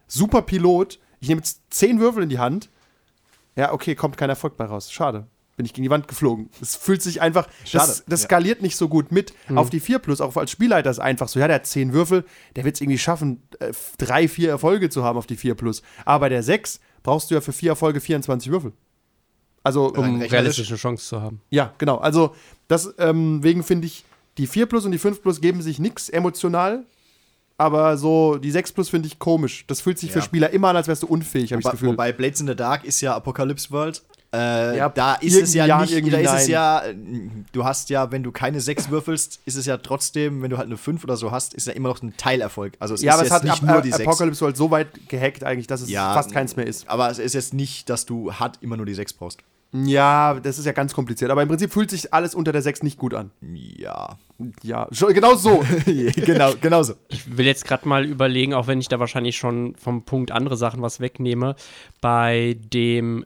super Pilot, ich nehme jetzt 10 Würfel in die Hand, ja, okay, kommt kein Erfolg bei raus. Schade. Bin ich gegen die Wand geflogen. Es fühlt sich einfach, das skaliert nicht so gut mit. Auf die 4+, auch als Spielleiter ist einfach so, ja, der hat 10 Würfel, der wird es irgendwie schaffen, 3, 4 Erfolge zu haben auf die 4+. Aber bei der 6 brauchst du ja für 4 Erfolge 24 Würfel. Also, Um realistische Chance zu haben. ja, genau. Also, deswegen finde ich, die 4+ und die 5+ geben sich nichts emotional. Aber so, die 6+ finde ich komisch. Das fühlt sich für Spieler immer an, als wärst du unfähig, habe ich das Gefühl. Wobei Blades in the Dark ist ja Apocalypse World. Ja, Da ist es ja nicht, irgendwie da ist nein. es ja, du hast ja, wenn du keine 6 würfelst, ist es ja trotzdem, wenn du halt eine 5 oder so hast, ist ja immer noch ein Teilerfolg. Also es Ja, ist aber es jetzt hat nicht nur die 6. Apocalypse World so weit gehackt eigentlich, dass es Ja, fast keins mehr ist. Aber es ist jetzt nicht, dass du immer nur die 6 brauchst. Ja, das ist ja ganz kompliziert. Aber im Prinzip fühlt sich alles unter der 6 nicht gut an. Ja. Ja, genau so. genau so. Ich will jetzt gerade mal überlegen, auch wenn ich da wahrscheinlich schon vom Punkt andere Sachen was wegnehme, bei dem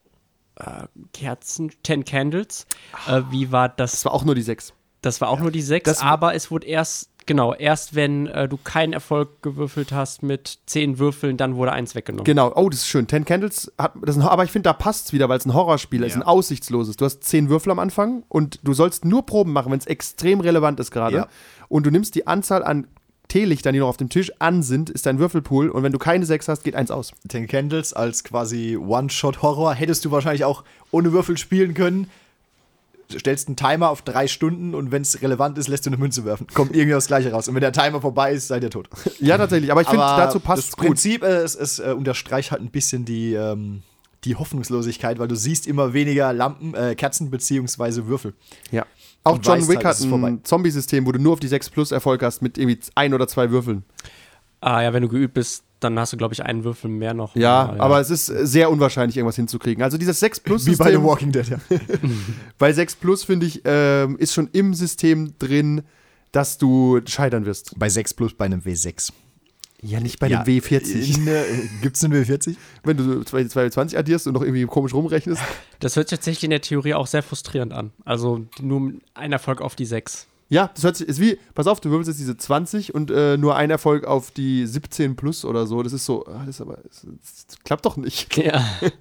Kerzen, 10 Candles, wie war das? Das war auch nur die 6. Das war auch nur die 6, aber es wurde erst wenn du keinen Erfolg gewürfelt hast mit 10 Würfeln, dann wurde 1 weggenommen. Genau. Oh, das ist schön. 10 Candles aber ich finde, da passt es wieder, weil es ein Horrorspiel ist, ein aussichtsloses. Du hast 10 Würfel am Anfang und du sollst nur Proben machen, wenn es extrem relevant ist gerade. Ja. Und du nimmst die Anzahl an Teelichtern, die noch auf dem Tisch an sind, ist dein Würfelpool. Und wenn du keine 6 hast, geht 1 aus. 10 Candles als quasi One-Shot-Horror hättest du wahrscheinlich auch ohne Würfel spielen können. Stellst einen Timer auf 3 Stunden und wenn es relevant ist, lässt du eine Münze werfen. Kommt irgendwie das Gleiche raus. Und wenn der Timer vorbei ist, seid ihr tot. Ja, tatsächlich. Aber ich finde, dazu passt das es gut. Prinzip, es unterstreicht halt ein bisschen die Hoffnungslosigkeit, weil du siehst immer weniger Kerzen beziehungsweise Würfel. Ja. Auch Und John weißt Wick halt, hat es ist vorbei. ein Zombie-System, wo du nur auf die 6+ Erfolg hast mit irgendwie 1 oder 2 Würfeln. Ja, wenn du geübt bist, dann hast du, glaube ich, einen Würfel mehr noch. Ja, aber es ist sehr unwahrscheinlich, irgendwas hinzukriegen. Also dieses 6+-System. Wie bei The Walking Dead, ja. Bei 6+, finde ich, ist schon im System drin, dass du scheitern wirst. Bei 6 plus bei einem W6. Ja, nicht bei dem W40. Gibt's einen W40? Wenn du 220 addierst und noch irgendwie komisch rumrechnest. Das hört sich tatsächlich in der Theorie auch sehr frustrierend an. Also nur ein Erfolg auf die 6. Ja, das hört sich, ist wie, pass auf, du würfelst jetzt diese 20 und nur ein Erfolg auf die 17+ oder so. Das ist so, das klappt doch nicht. Ja.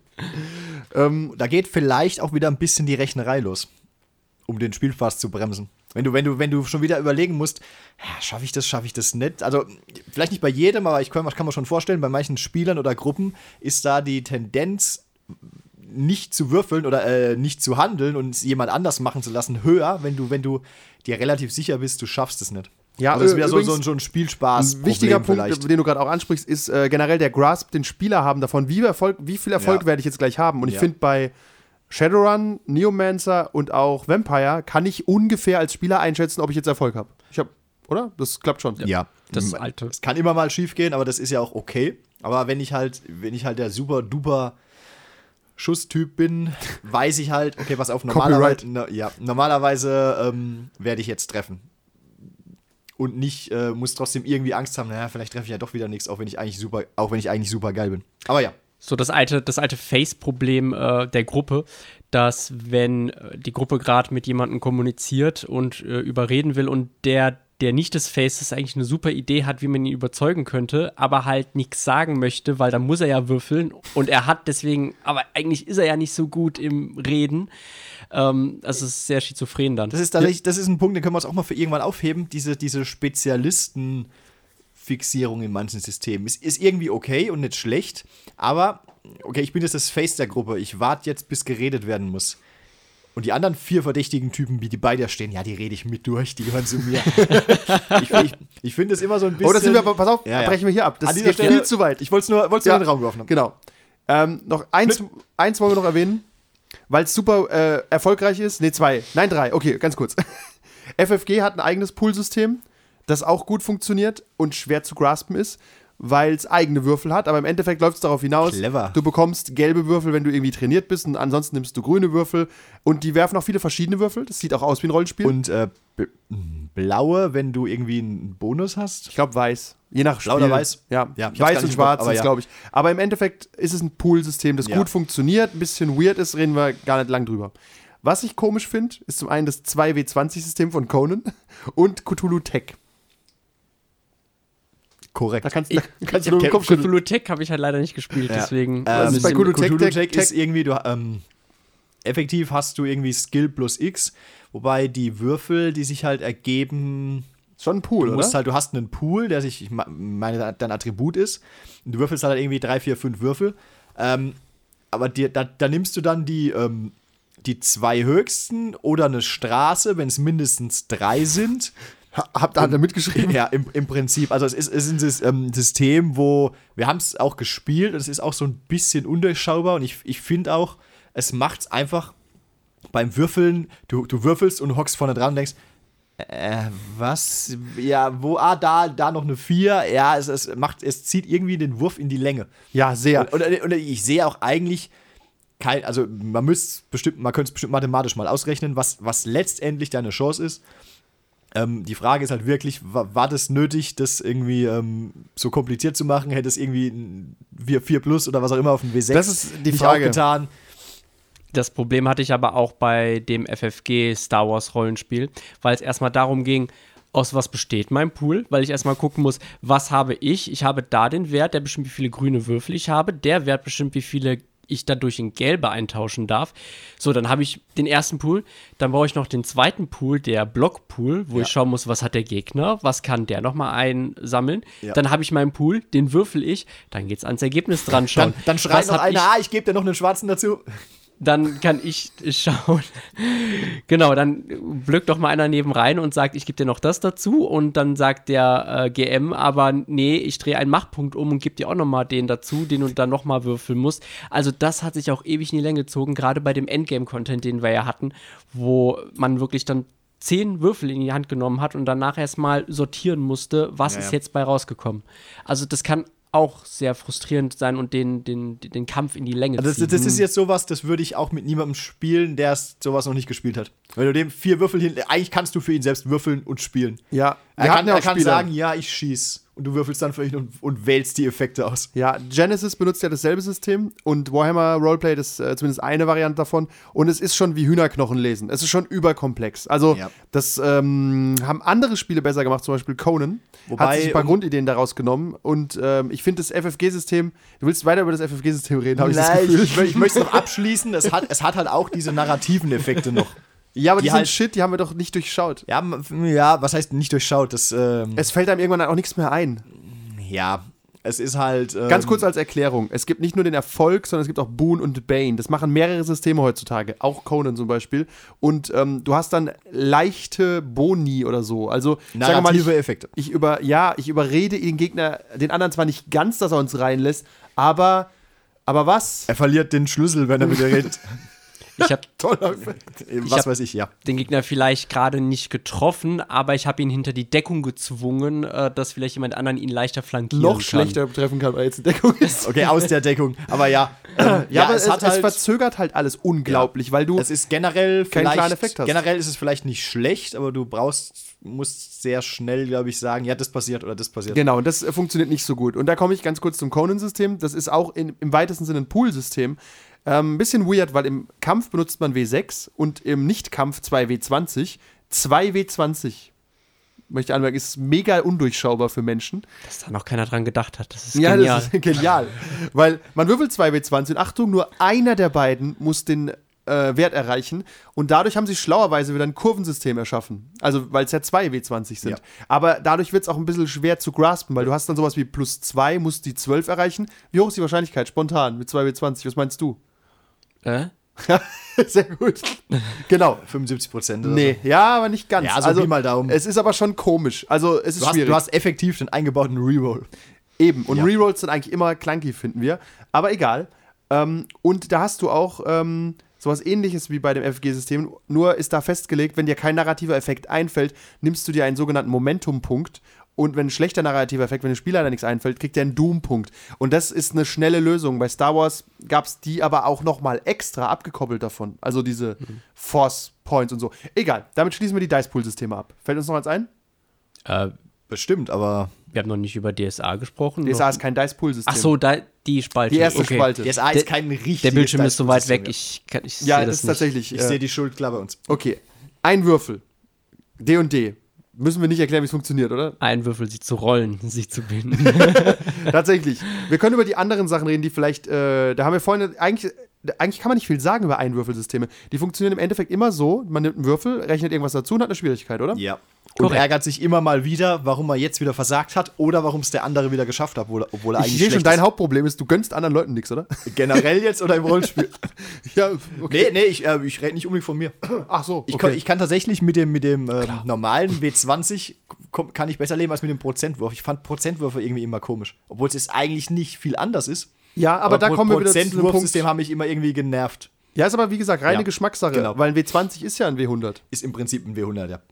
Da geht vielleicht auch wieder ein bisschen die Rechnerei los, um den Spielspaß zu bremsen. Wenn du schon wieder überlegen musst, ja, schaffe ich das nicht? Also, vielleicht nicht bei jedem, aber kann mir schon vorstellen, bei manchen Spielern oder Gruppen ist da die Tendenz, nicht zu würfeln oder nicht zu handeln und jemand anders machen zu lassen, höher, wenn du dir relativ sicher bist, du schaffst es nicht. Ja, also das wäre übrigens so ein Spielspaß. Ein wichtiger Punkt, vielleicht. den du gerade auch ansprichst, ist generell der Grasp, den Spieler haben davon, wie viel Erfolg werde ich jetzt gleich haben. Und ich finde, bei Shadowrun, Neomancer und auch Vampire kann ich ungefähr als Spieler einschätzen, ob ich jetzt Erfolg habe. Oder? Das klappt schon. Ja, Das alte. Es kann immer mal schief gehen, aber das ist ja auch okay. Aber wenn ich halt der super duper Schusstyp bin, weiß ich halt, okay, pass auf, normalerweise werde ich jetzt treffen. Und nicht, muss trotzdem irgendwie Angst haben, naja, vielleicht treffe ich ja doch wieder nichts, auch wenn ich eigentlich super geil bin. Aber ja. So das alte Face-Problem der Gruppe, dass wenn die Gruppe gerade mit jemandem kommuniziert und überreden will und der nicht das Face ist, eigentlich eine super Idee hat, wie man ihn überzeugen könnte, aber halt nichts sagen möchte, weil dann muss er ja würfeln und er hat deswegen, aber eigentlich ist er ja nicht so gut im Reden. Also es ist sehr schizophren dann. Das ist ein Punkt, den können wir uns auch mal für irgendwann aufheben, diese Spezialistenfixierung in manchen Systemen. Ist irgendwie okay und nicht schlecht, aber okay, ich bin jetzt das Face der Gruppe, ich warte jetzt, bis geredet werden muss. Und die anderen 4 verdächtigen Typen, die bei dir stehen, ja, die rede ich mit durch, die gehören zu mir. ich finde es immer so ein bisschen. Oh, das sind wir, pass auf, Ja. brechen wir hier ab. Das An dieser geht Stelle viel zu weit. Ich wollte es nur in den Raum geworfen haben. Genau. Noch eins wollen wir noch erwähnen, weil es super erfolgreich ist. Ne, 2. Nein, 3. Okay, ganz kurz. FFG hat ein eigenes Poolsystem, das auch gut funktioniert und schwer zu graspen ist, weil es eigene Würfel hat, aber im Endeffekt läuft es darauf hinaus, Clever. Du bekommst gelbe Würfel, wenn du irgendwie trainiert bist und ansonsten nimmst du grüne Würfel und die werfen auch viele verschiedene Würfel, das sieht auch aus wie ein Rollenspiel. Und blaue, wenn du irgendwie einen Bonus hast. Ich glaube weiß, je nach Spiel. Blau oder weiß? Ja, Ja, ich hab's weiß gar und nicht schwarz aber ist, ja. glaube ich. Aber im Endeffekt ist es ein Pool-System, das Ja. gut funktioniert, ein bisschen weird ist, reden wir gar nicht lang drüber. Was ich komisch finde, ist zum einen das 2W20-System von Conan und Cthulhu Tech. Korrekt. Da kannst du nur den Kopf schütteln. Cthulhu Tech habe ich halt leider nicht gespielt, deswegen. ist bei Cthulhu Tech ist irgendwie, effektiv hast du irgendwie Skill plus X, wobei die Würfel, die sich halt ergeben, Schon ein Pool, oder? du hast einen Pool, der sich, ich meine, dein Attribut ist. Und du würfelst halt irgendwie 3, 4, 5 Würfel. Aber da nimmst du dann die 2 höchsten oder eine Straße, wenn es mindestens 3 sind. Hat er mitgeschrieben? Ja, im Prinzip. Also es ist ein System, wo wir haben es auch gespielt und es ist auch so ein bisschen undurchschaubar und ich finde auch, es macht es einfach beim Würfeln, du würfelst und hockst vorne dran und denkst, was? Ja, wo? Da noch eine 4. Ja, es zieht irgendwie den Wurf in die Länge. Ja, sehr. Und ich sehe auch eigentlich also man könnte es bestimmt mathematisch mal ausrechnen, was letztendlich deine Chance ist. Die Frage ist halt wirklich, war das nötig, das irgendwie so kompliziert zu machen? Hätte es irgendwie ein 4 plus oder was auch immer auf dem W6 das ist die Frage. Auch getan? Das Problem hatte ich aber auch bei dem FFG Star Wars Rollenspiel, weil es erstmal darum ging, aus was besteht mein Pool, weil ich erstmal gucken muss, was habe ich? Ich habe da den Wert, der bestimmt, wie viele grüne Würfel ich habe, der Wert bestimmt, wie viele ich dadurch in gelbe eintauschen darf. So, dann habe ich den ersten Pool, dann brauche ich noch den zweiten Pool, der Blockpool, wo ich schauen muss, was hat der Gegner, was kann der nochmal einsammeln. Ja. Dann habe ich meinen Pool, den würfel ich, dann geht's ans Ergebnis dran schauen. Dann schreit noch einer, ich gebe dir noch einen schwarzen dazu. Dann kann ich schauen. Genau, dann blökt doch mal einer neben rein und sagt, ich gebe dir noch das dazu. Und dann sagt der GM, aber nee, ich drehe einen Machtpunkt um und gebe dir auch noch mal den dazu, den du dann noch mal würfeln musst. Also das hat sich auch ewig in die Länge gezogen, gerade bei dem Endgame-Content, den wir ja hatten, wo man wirklich dann 10 Würfel in die Hand genommen hat und danach erstmal sortieren musste, was ist jetzt bei rausgekommen. Also das kann auch sehr frustrierend sein und den Kampf in die Länge ziehen. Das ist jetzt sowas, das würde ich auch mit niemandem spielen, der sowas noch nicht gespielt hat. Wenn du dem 4 Würfel eigentlich kannst du für ihn selbst würfeln und spielen. Ja, er kann sagen, ja, ich schieß. Und du würfelst dann für ihn und wählst die Effekte aus. Ja, Genesis benutzt ja dasselbe System und Warhammer Roleplay, das ist zumindest eine Variante davon. Und es ist schon wie Hühnerknochen lesen. Es ist schon überkomplex. Also, das haben andere Spiele besser gemacht, zum Beispiel Conan. Wobei, hat sich ein paar Grundideen daraus genommen. Und ich finde das FFG-System, du willst weiter über das FFG-System reden, habe ich das Gefühl. Ich möchte es noch abschließen. Es hat halt auch diese narrativen Effekte noch. Ja, aber die sind Shit, die haben wir doch nicht durchschaut. Ja, was heißt nicht durchschaut? Es fällt einem irgendwann auch nichts mehr ein. Ja, es ist halt ganz kurz als Erklärung. Es gibt nicht nur den Erfolg, sondern es gibt auch Boon und Bane. Das machen mehrere Systeme heutzutage. Auch Conan zum Beispiel. Und du hast dann leichte Boni oder so. Also, narrative Effekte. Ich überrede den Gegner, den anderen zwar nicht ganz, dass er uns reinlässt, aber was? Er verliert den Schlüssel, wenn er mit dir redet. Ich habe den Gegner vielleicht gerade nicht getroffen, aber ich habe ihn hinter die Deckung gezwungen, dass vielleicht jemand anderen ihn leichter flankieren noch schlechter treffen kann, weil er jetzt in Deckung ist. Okay, aus der Deckung. Aber aber es verzögert halt alles unglaublich, weil du es ist generell keinen klaren Effekt hast. Generell ist es vielleicht nicht schlecht, aber du musst sehr schnell, glaube ich, sagen, ja, das passiert oder das passiert. Genau, und das funktioniert nicht so gut. Und da komme ich ganz kurz zum Conan-System. Das ist auch im weitesten Sinne ein Pool-System. Ein bisschen weird, weil im Kampf benutzt man W6 und im Nicht-Kampf 2W20. 2W20, möchte ich anmerken, ist mega undurchschaubar für Menschen. Dass da noch keiner dran gedacht hat. Das ist genial. Ja, das ist genial. Weil man würfelt 2W20 und Achtung, nur einer der beiden muss den Wert erreichen. Und dadurch haben sie schlauerweise wieder ein Kurvensystem erschaffen. Also, weil es ja 2W20 sind. Ja. Aber dadurch wird es auch ein bisschen schwer zu graspen, weil du hast dann sowas wie +2, musst die 12 erreichen. Wie hoch ist die Wahrscheinlichkeit spontan mit 2W20? Was meinst du? Sehr gut. Genau. 75% oder Nee, ja, aber nicht ganz. Ja, also Pi mal Daumen. Es ist aber schon komisch. Also, es ist schwierig. Du hast effektiv den eingebauten Reroll. Eben. Und Rerolls sind eigentlich immer clunky, finden wir. Aber egal. Und da hast du auch sowas Ähnliches wie bei dem FFG-System, nur ist da festgelegt, wenn dir kein narrativer Effekt einfällt, nimmst du dir einen sogenannten Momentum-Punkt und wenn ein schlechter narrativer Effekt, wenn dem Spieler da nichts einfällt, kriegt er einen Doom-Punkt. Und das ist eine schnelle Lösung. Bei Star Wars gab es die aber auch nochmal extra abgekoppelt davon. Also diese Force-Points und so. Egal, damit schließen wir die Dice-Pool-Systeme ab. Fällt uns noch eins ein? Bestimmt, aber wir haben noch nicht über DSA gesprochen. DSA ist kein Dice-Pool-System. Ach so, die Spalte. Die erste Spalte. DSA ist kein richtiges Der Bildschirm ist so weit weg, ja. ich ja, sehe das ist tatsächlich. Ich sehe die Schuld klar bei uns. Okay, ein Würfel. D&D. Müssen wir nicht erklären, wie es funktioniert, oder? Ein Würfel, sie zu rollen, sich zu binden. Tatsächlich. Wir können über die anderen Sachen reden, die vielleicht, da haben wir vorhin, eigentlich kann man nicht viel sagen über Einwürfelsysteme. Die funktionieren im Endeffekt immer so, man nimmt einen Würfel, rechnet irgendwas dazu und hat eine Schwierigkeit, oder? Ja. Und Korrekt. ärgert sich immer mal wieder, warum er jetzt wieder versagt hat oder warum es der andere wieder geschafft hat, obwohl er Ich eigentlich sehe schon, schlecht dein ist. Hauptproblem ist, du gönnst anderen Leuten nichts, oder? Generell jetzt oder im Rollenspiel? Ja, okay. Nee, ich rede nicht unbedingt von mir. Ach so, Ich kann tatsächlich mit dem normalen W20 kann ich besser leben als mit dem Prozentwurf. Ich fand Prozentwürfe irgendwie immer komisch. Obwohl es jetzt eigentlich nicht viel anders ist. Ja, aber da kommen wir wieder zu einem Punkt. Prozentwurfsystem haben mich immer irgendwie genervt. Ja, ist aber wie gesagt reine Ja, Geschmackssache, genau. weil ein W20 ist ja ein W100. Ist im Prinzip ein W100, ja.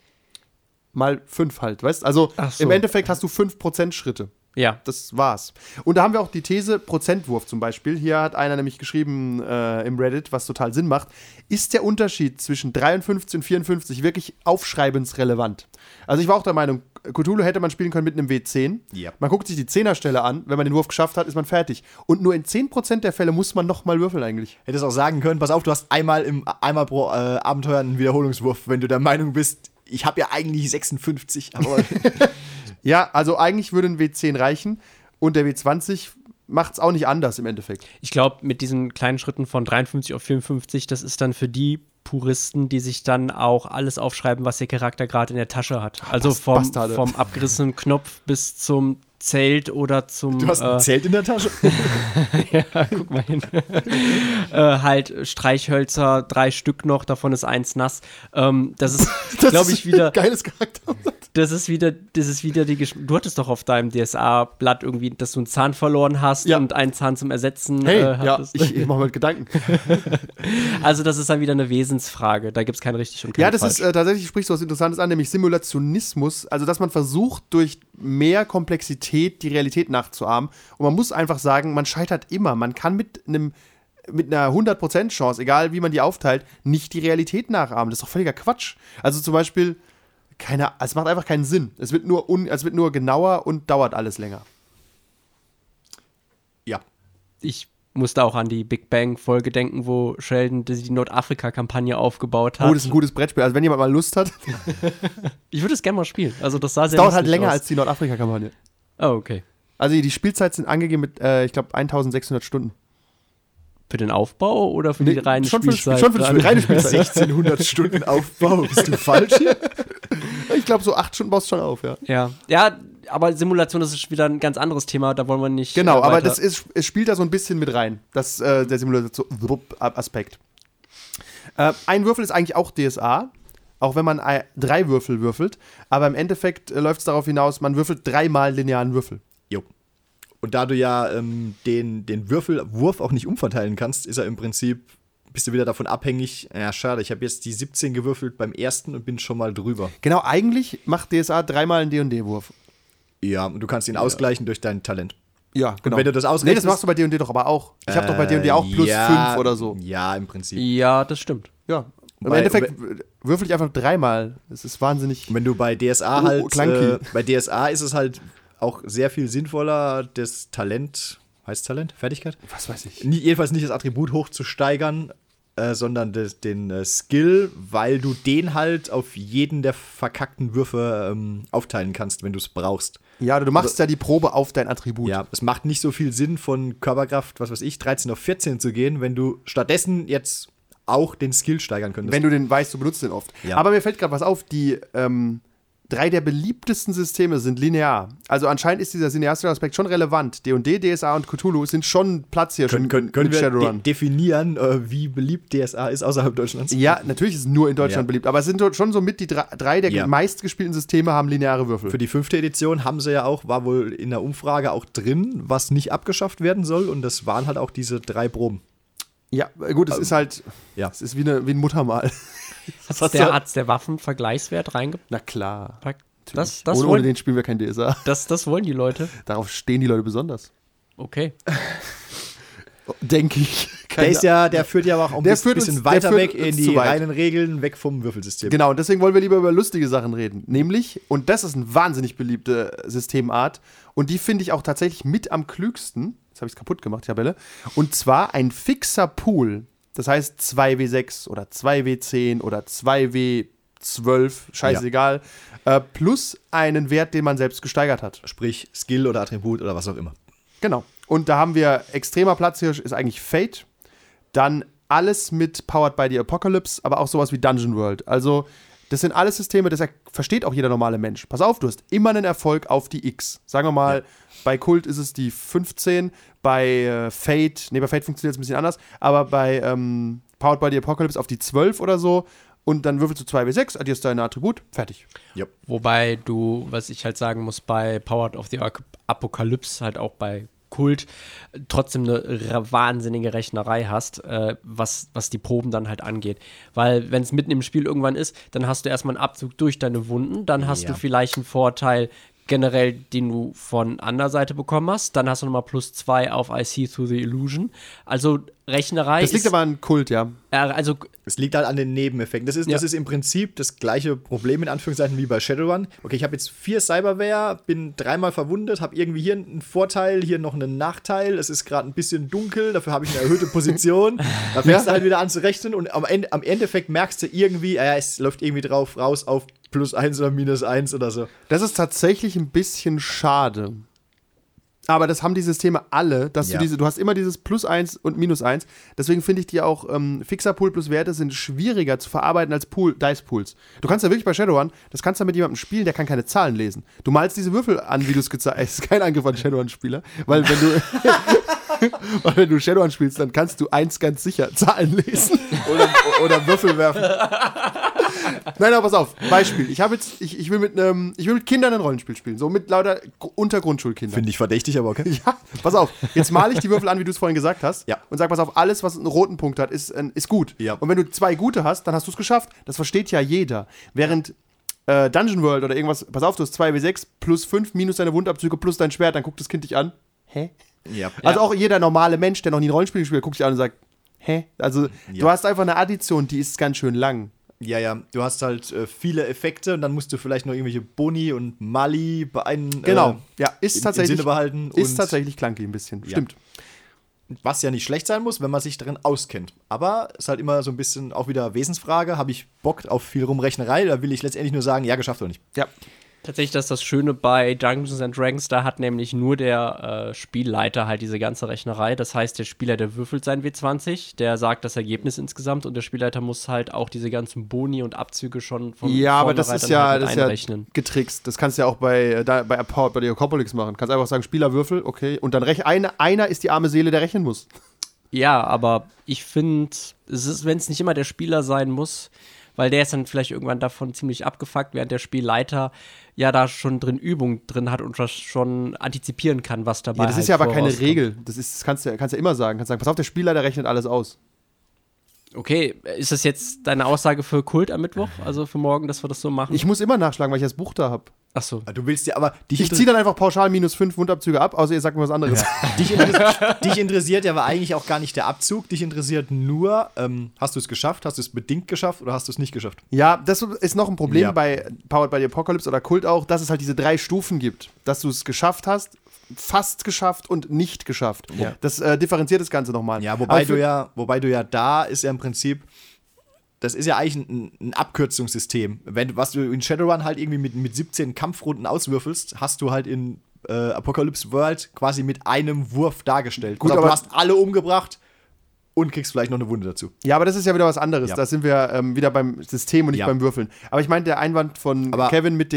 Mal 5 halt, weißt? Also Ach so. im Endeffekt hast du 5% Schritte. Ja. Das war's. Und da haben wir auch die These Prozentwurf zum Beispiel. Hier hat einer nämlich geschrieben im Reddit, was total Sinn macht. Ist der Unterschied zwischen 53 und 54 wirklich aufschreibensrelevant? Also ich war auch der Meinung, Cthulhu hätte man spielen können mit einem W10. Ja. Man guckt sich die 10er-Stelle an. Wenn man den Wurf geschafft hat, ist man fertig. Und nur in 10% der Fälle muss man nochmal würfeln eigentlich. Hättest auch sagen können, pass auf, du hast einmal pro Abenteuer einen Wiederholungswurf, wenn du der Meinung bist, ich habe ja eigentlich 56, aber Ja, also eigentlich würde ein W10 reichen. Und der W20 macht es auch nicht anders im Endeffekt. Ich glaube, mit diesen kleinen Schritten von 53 auf 54, das ist dann für die Puristen, die sich dann auch alles aufschreiben, was ihr Charakter gerade in der Tasche hat. Also vom Bastarde. abgerissenen Knopf bis zum Zelt oder zum du hast ein Zelt in der Tasche. ja, guck mal hin. Halt Streichhölzer, 3 Stück noch, davon ist 1 nass. Das ist, glaube ich, wieder. Geiles Charakter. Das ist wieder die Du hattest doch auf deinem DSA-Blatt irgendwie, dass du einen Zahn verloren hast Ja. und einen Zahn zum Ersetzen Hey, ja, hattest. ich mache mir Gedanken. Also das ist dann wieder eine Wesensfrage. Da gibt es kein richtig und kein Ja, das falsch. ist tatsächlich, sprichst du was Interessantes an, nämlich Simulationismus. Also, dass man versucht, durch mehr Komplexität die Realität nachzuahmen. Und man muss einfach sagen, man scheitert immer. Man kann mit einer 100% Chance, egal wie man die aufteilt, nicht die Realität nachahmen. Das ist doch völliger Quatsch. Also zum Beispiel, es macht einfach keinen Sinn. Es wird nur genauer und dauert alles länger. Ja. Ich musste auch an die Big Bang-Folge denken, wo Sheldon die Nordafrika-Kampagne aufgebaut hat. Oh, das ist ein gutes Brettspiel. Also, wenn jemand mal Lust hat, Ich würde es gerne mal spielen. Also das sah es sehr dauert halt lustig länger aus. als die Nordafrika-Kampagne. Oh, okay. Also, die Spielzeit sind angegeben mit, ich glaube, 1600 Stunden. Für den Aufbau oder für die reine schon für Spielzeit? die reine Spielzeit. 1600 Stunden Aufbau. Bist du falsch hier? Ich glaube, so 8 Stunden baust du schon auf, ja. Ja, aber Simulation, das ist wieder ein ganz anderes Thema, da wollen wir nicht. Genau, aber weiter- es spielt da so ein bisschen mit rein, der Simulation-Aspekt. Ein Würfel ist eigentlich auch DSA, auch wenn man 3 Würfel würfelt, aber im Endeffekt läuft es darauf hinaus, man würfelt 3-mal linearen Würfel. Jo. Und da du ja den Würfelwurf auch nicht umverteilen kannst, ist er im Prinzip, bist du wieder davon abhängig, ja schade, ich habe jetzt die 17 gewürfelt beim ersten und bin schon mal drüber. Genau, eigentlich macht DSA 3-mal einen D&D-Wurf. Ja, und du kannst ihn ausgleichen durch dein Talent. Ja, genau. wenn du das Nee, ausrechnest- das machst du bei D&D doch aber auch. Ich habe doch bei D&D auch plus 5 oder so. Ja, im Prinzip. Ja, das stimmt. Ja. Im Wobei- Endeffekt würfel ich einfach 3-mal. Das ist wahnsinnig. Und wenn du bei DSA clunky. bei DSA ist es halt auch sehr viel sinnvoller, das Talent, heißt Talent? Fertigkeit? Was weiß ich. Jedenfalls nicht das Attribut hochzusteigern, sondern den Skill, weil du den halt auf jeden der verkackten Würfe aufteilen kannst, wenn du es brauchst. Ja, du machst ja die Probe auf dein Attribut. Ja, es macht nicht so viel Sinn, von Körperkraft, was weiß ich, 13 auf 14 zu gehen, wenn du stattdessen jetzt auch den Skill steigern könntest. Wenn du den weißt, du benutzt den oft. Ja. Aber mir fällt gerade was auf, die 3 der beliebtesten Systeme sind linear. Also anscheinend ist dieser linearische Aspekt schon relevant. D&D, DSA und Cthulhu sind schon Platz hier schon können mit wir Shadowrun. definieren, wie beliebt DSA ist außerhalb Deutschlands? Ja, natürlich ist es nur in Deutschland Ja. beliebt, aber es sind schon so mit die 3 der Ja. meistgespielten Systeme haben lineare Würfel. Für die 5. Edition haben sie ja auch, war wohl in der Umfrage auch drin, was nicht abgeschafft werden soll. Und das waren halt auch diese 3 Proben. Ja, gut, es ist halt, ja. es ist wie ein Muttermal. Hat's der Waffenvergleichswert reingepackt? Na klar. Das Ohne wollen, den spielen wir kein DSA. das wollen die Leute. Darauf stehen die Leute besonders. Okay. Denke ich. Der führt ja aber auch ein Der bisschen, führt uns- weiter der weg führt in uns die zu weit. reinen Regeln, weg vom Würfelsystem. Genau, und deswegen wollen wir lieber über lustige Sachen reden. Nämlich, und das ist eine wahnsinnig beliebte Systemart, und die finde ich auch tatsächlich mit am klügsten. Jetzt habe ich es kaputt gemacht, die Tabelle. Und zwar ein fixer Pool. Das heißt 2W6 oder 2W10 oder 2W12 12, scheißegal, plus einen Wert, den man selbst gesteigert hat. Sprich Skill oder Attribut oder was auch immer. Genau. Und da haben wir extremer Platzhirsch, ist eigentlich Fate. Dann alles mit Powered by the Apocalypse, aber auch sowas wie Dungeon World. Also, das sind alles Systeme, das versteht auch jeder normale Mensch. Pass auf, du hast immer einen Erfolg auf die X. Sagen wir mal, bei Kult ist es die 15, bei Fate funktioniert es ein bisschen anders, aber bei Powered by the Apocalypse auf die 12 oder so. Und dann würfelst du 2W6, addierst deine Attribut, fertig. Yep. Wobei du, was ich halt sagen muss, bei Powered of the Apocalypse, halt auch bei Kult, trotzdem eine wahnsinnige Rechnerei hast, was die Proben dann halt angeht. Weil wenn es mitten im Spiel irgendwann ist, dann hast du erstmal einen Abzug durch deine Wunden, dann hast du vielleicht einen Vorteil generell, den du von anderer Seite bekommen hast, dann hast du nochmal +2 auf I See Through the Illusion. Also Rechnerei Das liegt aber an Kult, ja. Also Es liegt halt an den Nebeneffekten. Das ist im Prinzip das gleiche Problem in Anführungszeichen wie bei Shadowrun. Okay, ich habe jetzt 4 Cyberware, bin 3-mal verwundet, habe irgendwie hier einen Vorteil, hier noch einen Nachteil. Es ist gerade ein bisschen dunkel, dafür habe ich eine erhöhte Position. Da fängst du halt wieder an zu rechnen und am Endeffekt merkst du irgendwie, es läuft irgendwie raus auf +1 oder -1 oder so. Das ist tatsächlich ein bisschen schade. Aber das haben die Systeme alle, dass du hast immer dieses +1 und -1. Deswegen finde ich die auch, Fixer-Pool plus Werte sind schwieriger zu verarbeiten als Dice-Pools. Du kannst ja wirklich bei Shadowrun, das kannst du mit jemandem spielen, der kann keine Zahlen lesen. Du malst diese Würfel an, wie du es gezeigt hast. Es ist kein Angriff an Shadowrun-Spieler, weil wenn du Shadowrun spielst, dann kannst du ganz sicher Zahlen lesen. Oder Würfel werfen. Nein, aber pass auf, Beispiel. Ich will mit Kindern ein Rollenspiel spielen, so mit lauter Untergrundschulkindern. Finde ich verdächtig, aber okay. Ja, pass auf, jetzt male ich die Würfel an, wie du es vorhin gesagt hast, Ja. und sag, pass auf, alles, was einen roten Punkt hat, ist gut. Ja. Und wenn du 2 gute hast, dann hast du es geschafft. Das versteht ja jeder. Während Dungeon World oder irgendwas, pass auf, du hast 2W6 +5 minus deine Wundabzüge plus dein Schwert, dann guckt das Kind dich an. Hä? Ja. Also auch jeder normale Mensch, der noch nie ein Rollenspiel gespielt hat, guckt dich an und sagt, hä? Also du hast einfach eine Addition, die ist ganz schön lang. Ja, du hast halt viele Effekte und dann musst du vielleicht noch irgendwelche Boni und Mali bei einem Ist im Sinne behalten. Ist und tatsächlich clunky ein bisschen, Ja. stimmt. was ja nicht schlecht sein muss, wenn man sich darin auskennt. Aber ist halt immer so ein bisschen auch wieder Wesensfrage. Habe ich Bock auf viel Rumrechnerei? Da will ich letztendlich nur sagen, ja, geschafft oder nicht. Ja. tatsächlich, das ist das Schöne bei Dungeons & Dragons, da hat nämlich nur der Spielleiter halt diese ganze Rechnerei. Das heißt, der Spieler, der würfelt sein W20, der sagt das Ergebnis insgesamt und der Spielleiter muss halt auch diese ganzen Boni und Abzüge schon von aber das ist ja, halt das ist ja getrickst. Das kannst du ja auch bei Powered by the Apocalypse machen. Kannst einfach sagen, Spieler würfel, okay, und dann einer ist die arme Seele, der rechnen muss. Ja, aber ich finde, wenn es nicht immer der Spieler sein muss, weil der ist dann vielleicht irgendwann davon ziemlich abgefuckt, während der Spielleiter ja da schon Übung drin hat und das schon antizipieren kann, was dabei Ja, das ist ja aber keine Regel. Das kannst du ja immer sagen. Kannst sagen, pass auf, der Spielleiter rechnet alles aus. Okay, ist das jetzt deine Aussage für Kult am Mittwoch? Also für morgen, dass wir das so machen? Ich muss immer nachschlagen, weil ich das Buch da habe. Achso. Du willst ja aber. Ich ziehe dann einfach pauschal -5 Wundabzüge ab, außer ihr sagt mir was anderes. Dich interessiert ja aber eigentlich auch gar nicht der Abzug. Dich interessiert nur, hast du es geschafft, hast du es bedingt geschafft oder hast du es nicht geschafft? Ja, das ist noch ein Problem Ja. bei Powered by the Apocalypse oder Kult auch, dass es halt diese 3 Stufen gibt. Dass du es geschafft hast, fast geschafft und nicht geschafft. Ja. Das differenziert das Ganze nochmal. Ja, wobei du ja da ist ja im Prinzip, das ist ja eigentlich ein Abkürzungssystem. Was du in Shadowrun halt irgendwie mit 17 Kampfrunden auswürfelst, hast du halt in Apocalypse World quasi mit einem Wurf dargestellt. Gut, Oder aber du hast alle umgebracht und kriegst vielleicht noch eine Wunde dazu. Ja, aber das ist ja wieder was anderes. Ja. Da sind wir wieder beim System und nicht beim Würfeln. Aber ich meine, der Einwand von Kevin mit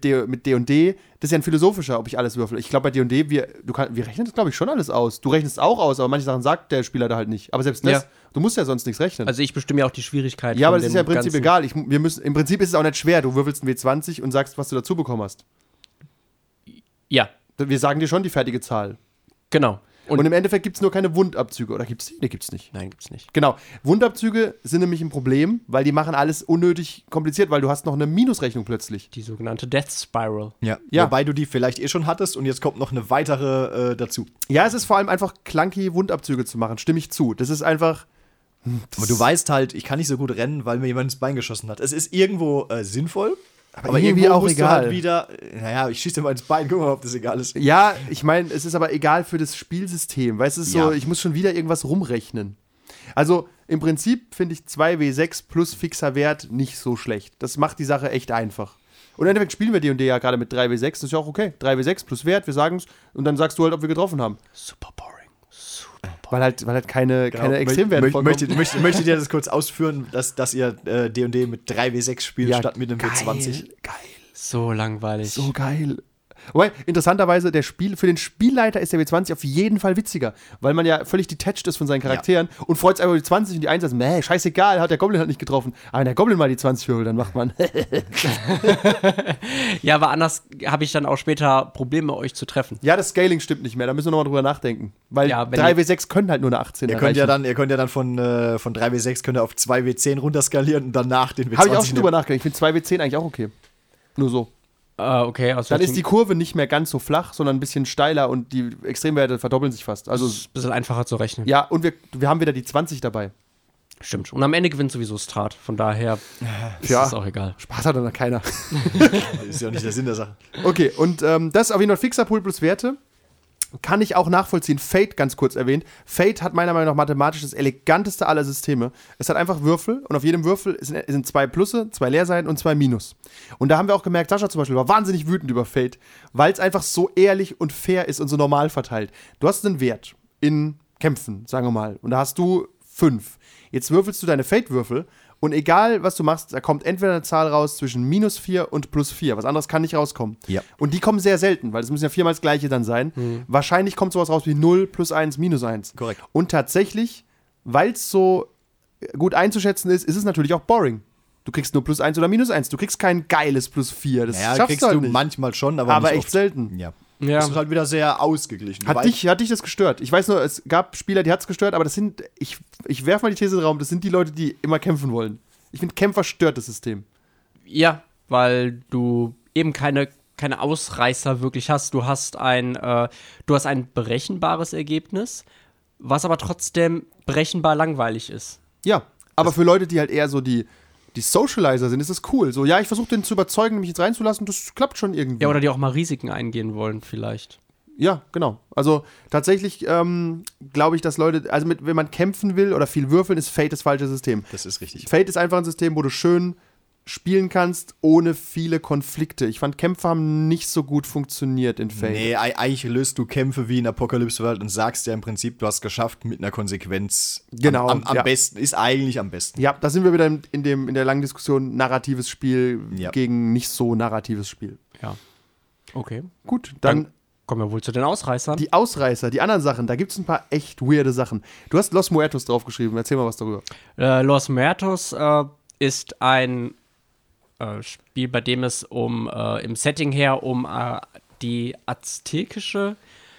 D&D, das ist ja ein philosophischer, ob ich alles würfel. Ich glaube, bei D&D, wir rechnen das, glaube ich, schon alles aus. Du rechnest auch aus, aber manche Sachen sagt der Spieler da halt nicht. Aber selbst das, du musst ja sonst nichts rechnen. Also ich bestimme ja auch die Schwierigkeit. Ja, aber das ist ja im Prinzip egal. Im Prinzip ist es auch nicht schwer. Du würfelst einen W20 und sagst, was du dazu bekommen hast. Ja, Wir sagen dir schon die fertige Zahl. genau. Und im Endeffekt gibt es nur keine Wundabzüge. Oder gibt es die? Nee, gibt es nicht. Nein, gibt's nicht. Genau. Wundabzüge sind nämlich ein Problem, weil die machen alles unnötig kompliziert, weil du hast noch eine Minusrechnung plötzlich. Die sogenannte Death Spiral. Ja. Ja. Wobei du die vielleicht schon hattest und jetzt kommt noch eine weitere dazu. Ja, es ist vor allem einfach clunky Wundabzüge zu machen, stimme ich zu. Das ist einfach. Aber du weißt halt, ich kann nicht so gut rennen, weil mir jemand ins Bein geschossen hat. Es ist irgendwo sinnvoll, aber irgendwie irgendwo auch musst egal. du halt wieder, ich schieße dir mal ins Bein, guck mal, ob das egal ist. Ja, ich meine, es ist aber egal für das Spielsystem. Weißt du, es ist so, Ja. ich muss schon wieder irgendwas rumrechnen. Also, im Prinzip finde ich 2W6 plus fixer Wert nicht so schlecht. Das macht die Sache echt einfach. Und im Endeffekt spielen wir D&D ja gerade mit 3W6, das ist ja auch okay. 3W6 plus Wert, wir sagen es, und dann sagst du halt, ob wir getroffen haben. Super boring. Weil halt keine Extremwerte vorkommen. Möchtet ihr das kurz ausführen, dass ihr D&D mit 3W6 spielt, statt mit einem W20? Geil. So langweilig. So geil. Wobei, interessanterweise, für den Spielleiter ist der W20 auf jeden Fall witziger, weil man ja völlig detached ist von seinen Charakteren und freut sich einfach über die 20 und die 1 sagt, scheißegal, hat der Goblin halt nicht getroffen. Aber wenn der Goblin mal die 20 würfelt, dann macht man. Ja, aber anders habe ich dann auch später Probleme, euch zu treffen. Ja, das Scaling stimmt nicht mehr, da müssen wir nochmal drüber nachdenken. Weil Ja, wenn 3W6 können halt nur eine 18 Ihr könnt ja dann von 3W6 könnt ihr auf 2W10 runterskalieren und danach den W20 Habe ich auch schon drüber nachgedacht. Ich finde 2W10 eigentlich auch okay. Nur so. Okay, Dann ist die Kurve nicht mehr ganz so flach, sondern ein bisschen steiler und die Extremwerte verdoppeln sich fast. Also, ein bisschen einfacher zu rechnen. ja, und wir haben wieder die 20 dabei. Stimmt. Und am Ende gewinnt sowieso Strat. Von daher ist Ja. es auch egal. Spaß hat dann noch keiner. Das ist ja auch nicht der Sinn der Sache. Okay, und das ist auf jeden Fall fixer Pool plus Werte. Kann ich auch nachvollziehen. Fate ganz kurz erwähnt. Fate hat meiner Meinung nach mathematisch das eleganteste aller Systeme. Es hat einfach Würfel und auf jedem Würfel sind 2 Plusse, 2 Leerseiten und 2 Minus. Und da haben wir auch gemerkt, Sascha zum Beispiel war wahnsinnig wütend über Fate, weil es einfach so ehrlich und fair ist und so normal verteilt. Du hast einen Wert in Kämpfen, sagen wir mal, und da hast du 5. Jetzt würfelst du deine Fate-Würfel und egal, was du machst, da kommt entweder eine Zahl raus zwischen -4 und +4. Was anderes kann nicht rauskommen. Ja. Und die kommen sehr selten, weil es müssen ja 4-mal das Gleiche dann sein. Wahrscheinlich kommt sowas raus wie 0, +1, -1. Korrekt. Und tatsächlich, weil es so gut einzuschätzen ist, ist es natürlich auch boring. Du kriegst nur +1 oder -1. Du kriegst kein geiles +4. Das Ja, schaffst kriegst du halt du nicht. manchmal schon, aber nicht echt oft. selten. Ja. Ja. Das ist halt wieder sehr ausgeglichen. Hat dich das gestört? Ich weiß nur, es gab Spieler, die hat es gestört, aber das sind, ich werfe mal die These in den Raum, das sind die Leute, die immer kämpfen wollen. Ich finde, Kämpfer stört das System. Ja, weil du eben keine Ausreißer wirklich hast. Du hast ein berechenbares Ergebnis, was aber trotzdem berechenbar langweilig ist. Ja, aber für Leute, die halt eher so die Socializer sind, ist das cool. So, ja, ich versuche den zu überzeugen, mich jetzt reinzulassen, das klappt schon irgendwie. Ja, oder die auch mal Risiken eingehen wollen vielleicht. Ja, genau. Also tatsächlich glaube ich, dass Leute, also wenn man kämpfen will oder viel würfeln, ist Fate das falsche System. Das ist richtig. Fate ist einfach ein System, wo du schön spielen kannst, ohne viele Konflikte. Ich fand, Kämpfe haben nicht so gut funktioniert in Fate. Nee, eigentlich löst du Kämpfe wie in Apocalypse World und sagst ja im Prinzip, du hast geschafft mit einer Konsequenz. Genau, Am ja. besten, ist eigentlich am besten. Ja, da sind wir wieder in der langen Diskussion narratives Spiel Ja. gegen nicht so narratives Spiel. Ja. Okay. Gut, dann Kommen wir wohl zu den Ausreißern. die Ausreißer, die anderen Sachen, da gibt es ein paar echt weirde Sachen. Du hast Los Muertos draufgeschrieben, erzähl mal was darüber. Los Muertos ist ein Spiel, bei dem es im Setting her um die aztekische,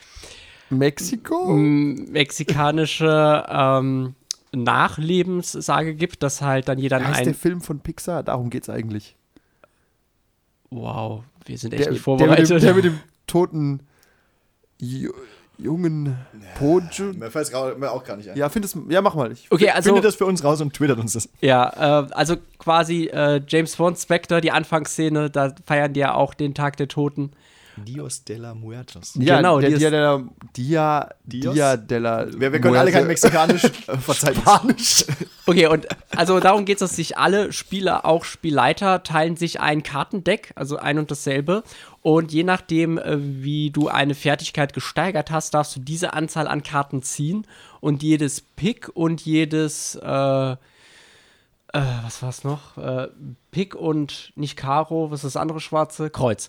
mexikanische Nachlebenssage gibt, dass halt dann jeder Das ist der Film von Pixar, darum geht's eigentlich. Wow, wir sind echt Der, nicht vorbereitet. der mit dem toten jungen Pojo. Mir fällt es mir auch gar nicht ein. Ja, mach mal. Okay, also Findet das für uns raus und twittert uns das. ja, also quasi James Bond, Spectre, die Anfangsszene, da feiern die ja auch den Tag der Toten. Dios de la Muertos. Ja, Genau, der die ist- Dia della Wir können alle kein Muerte. Mexikanisch, verzeiht Spanisch. Okay, und also darum geht es, dass sich alle Spieler, auch Spielleiter, teilen sich ein Kartendeck, also ein und dasselbe. Und je nachdem, wie du eine Fertigkeit gesteigert hast, darfst du diese Anzahl an Karten ziehen. Und jedes Pick und jedes, was war's noch? Pick und nicht Karo, was ist das andere schwarze? Kreuz.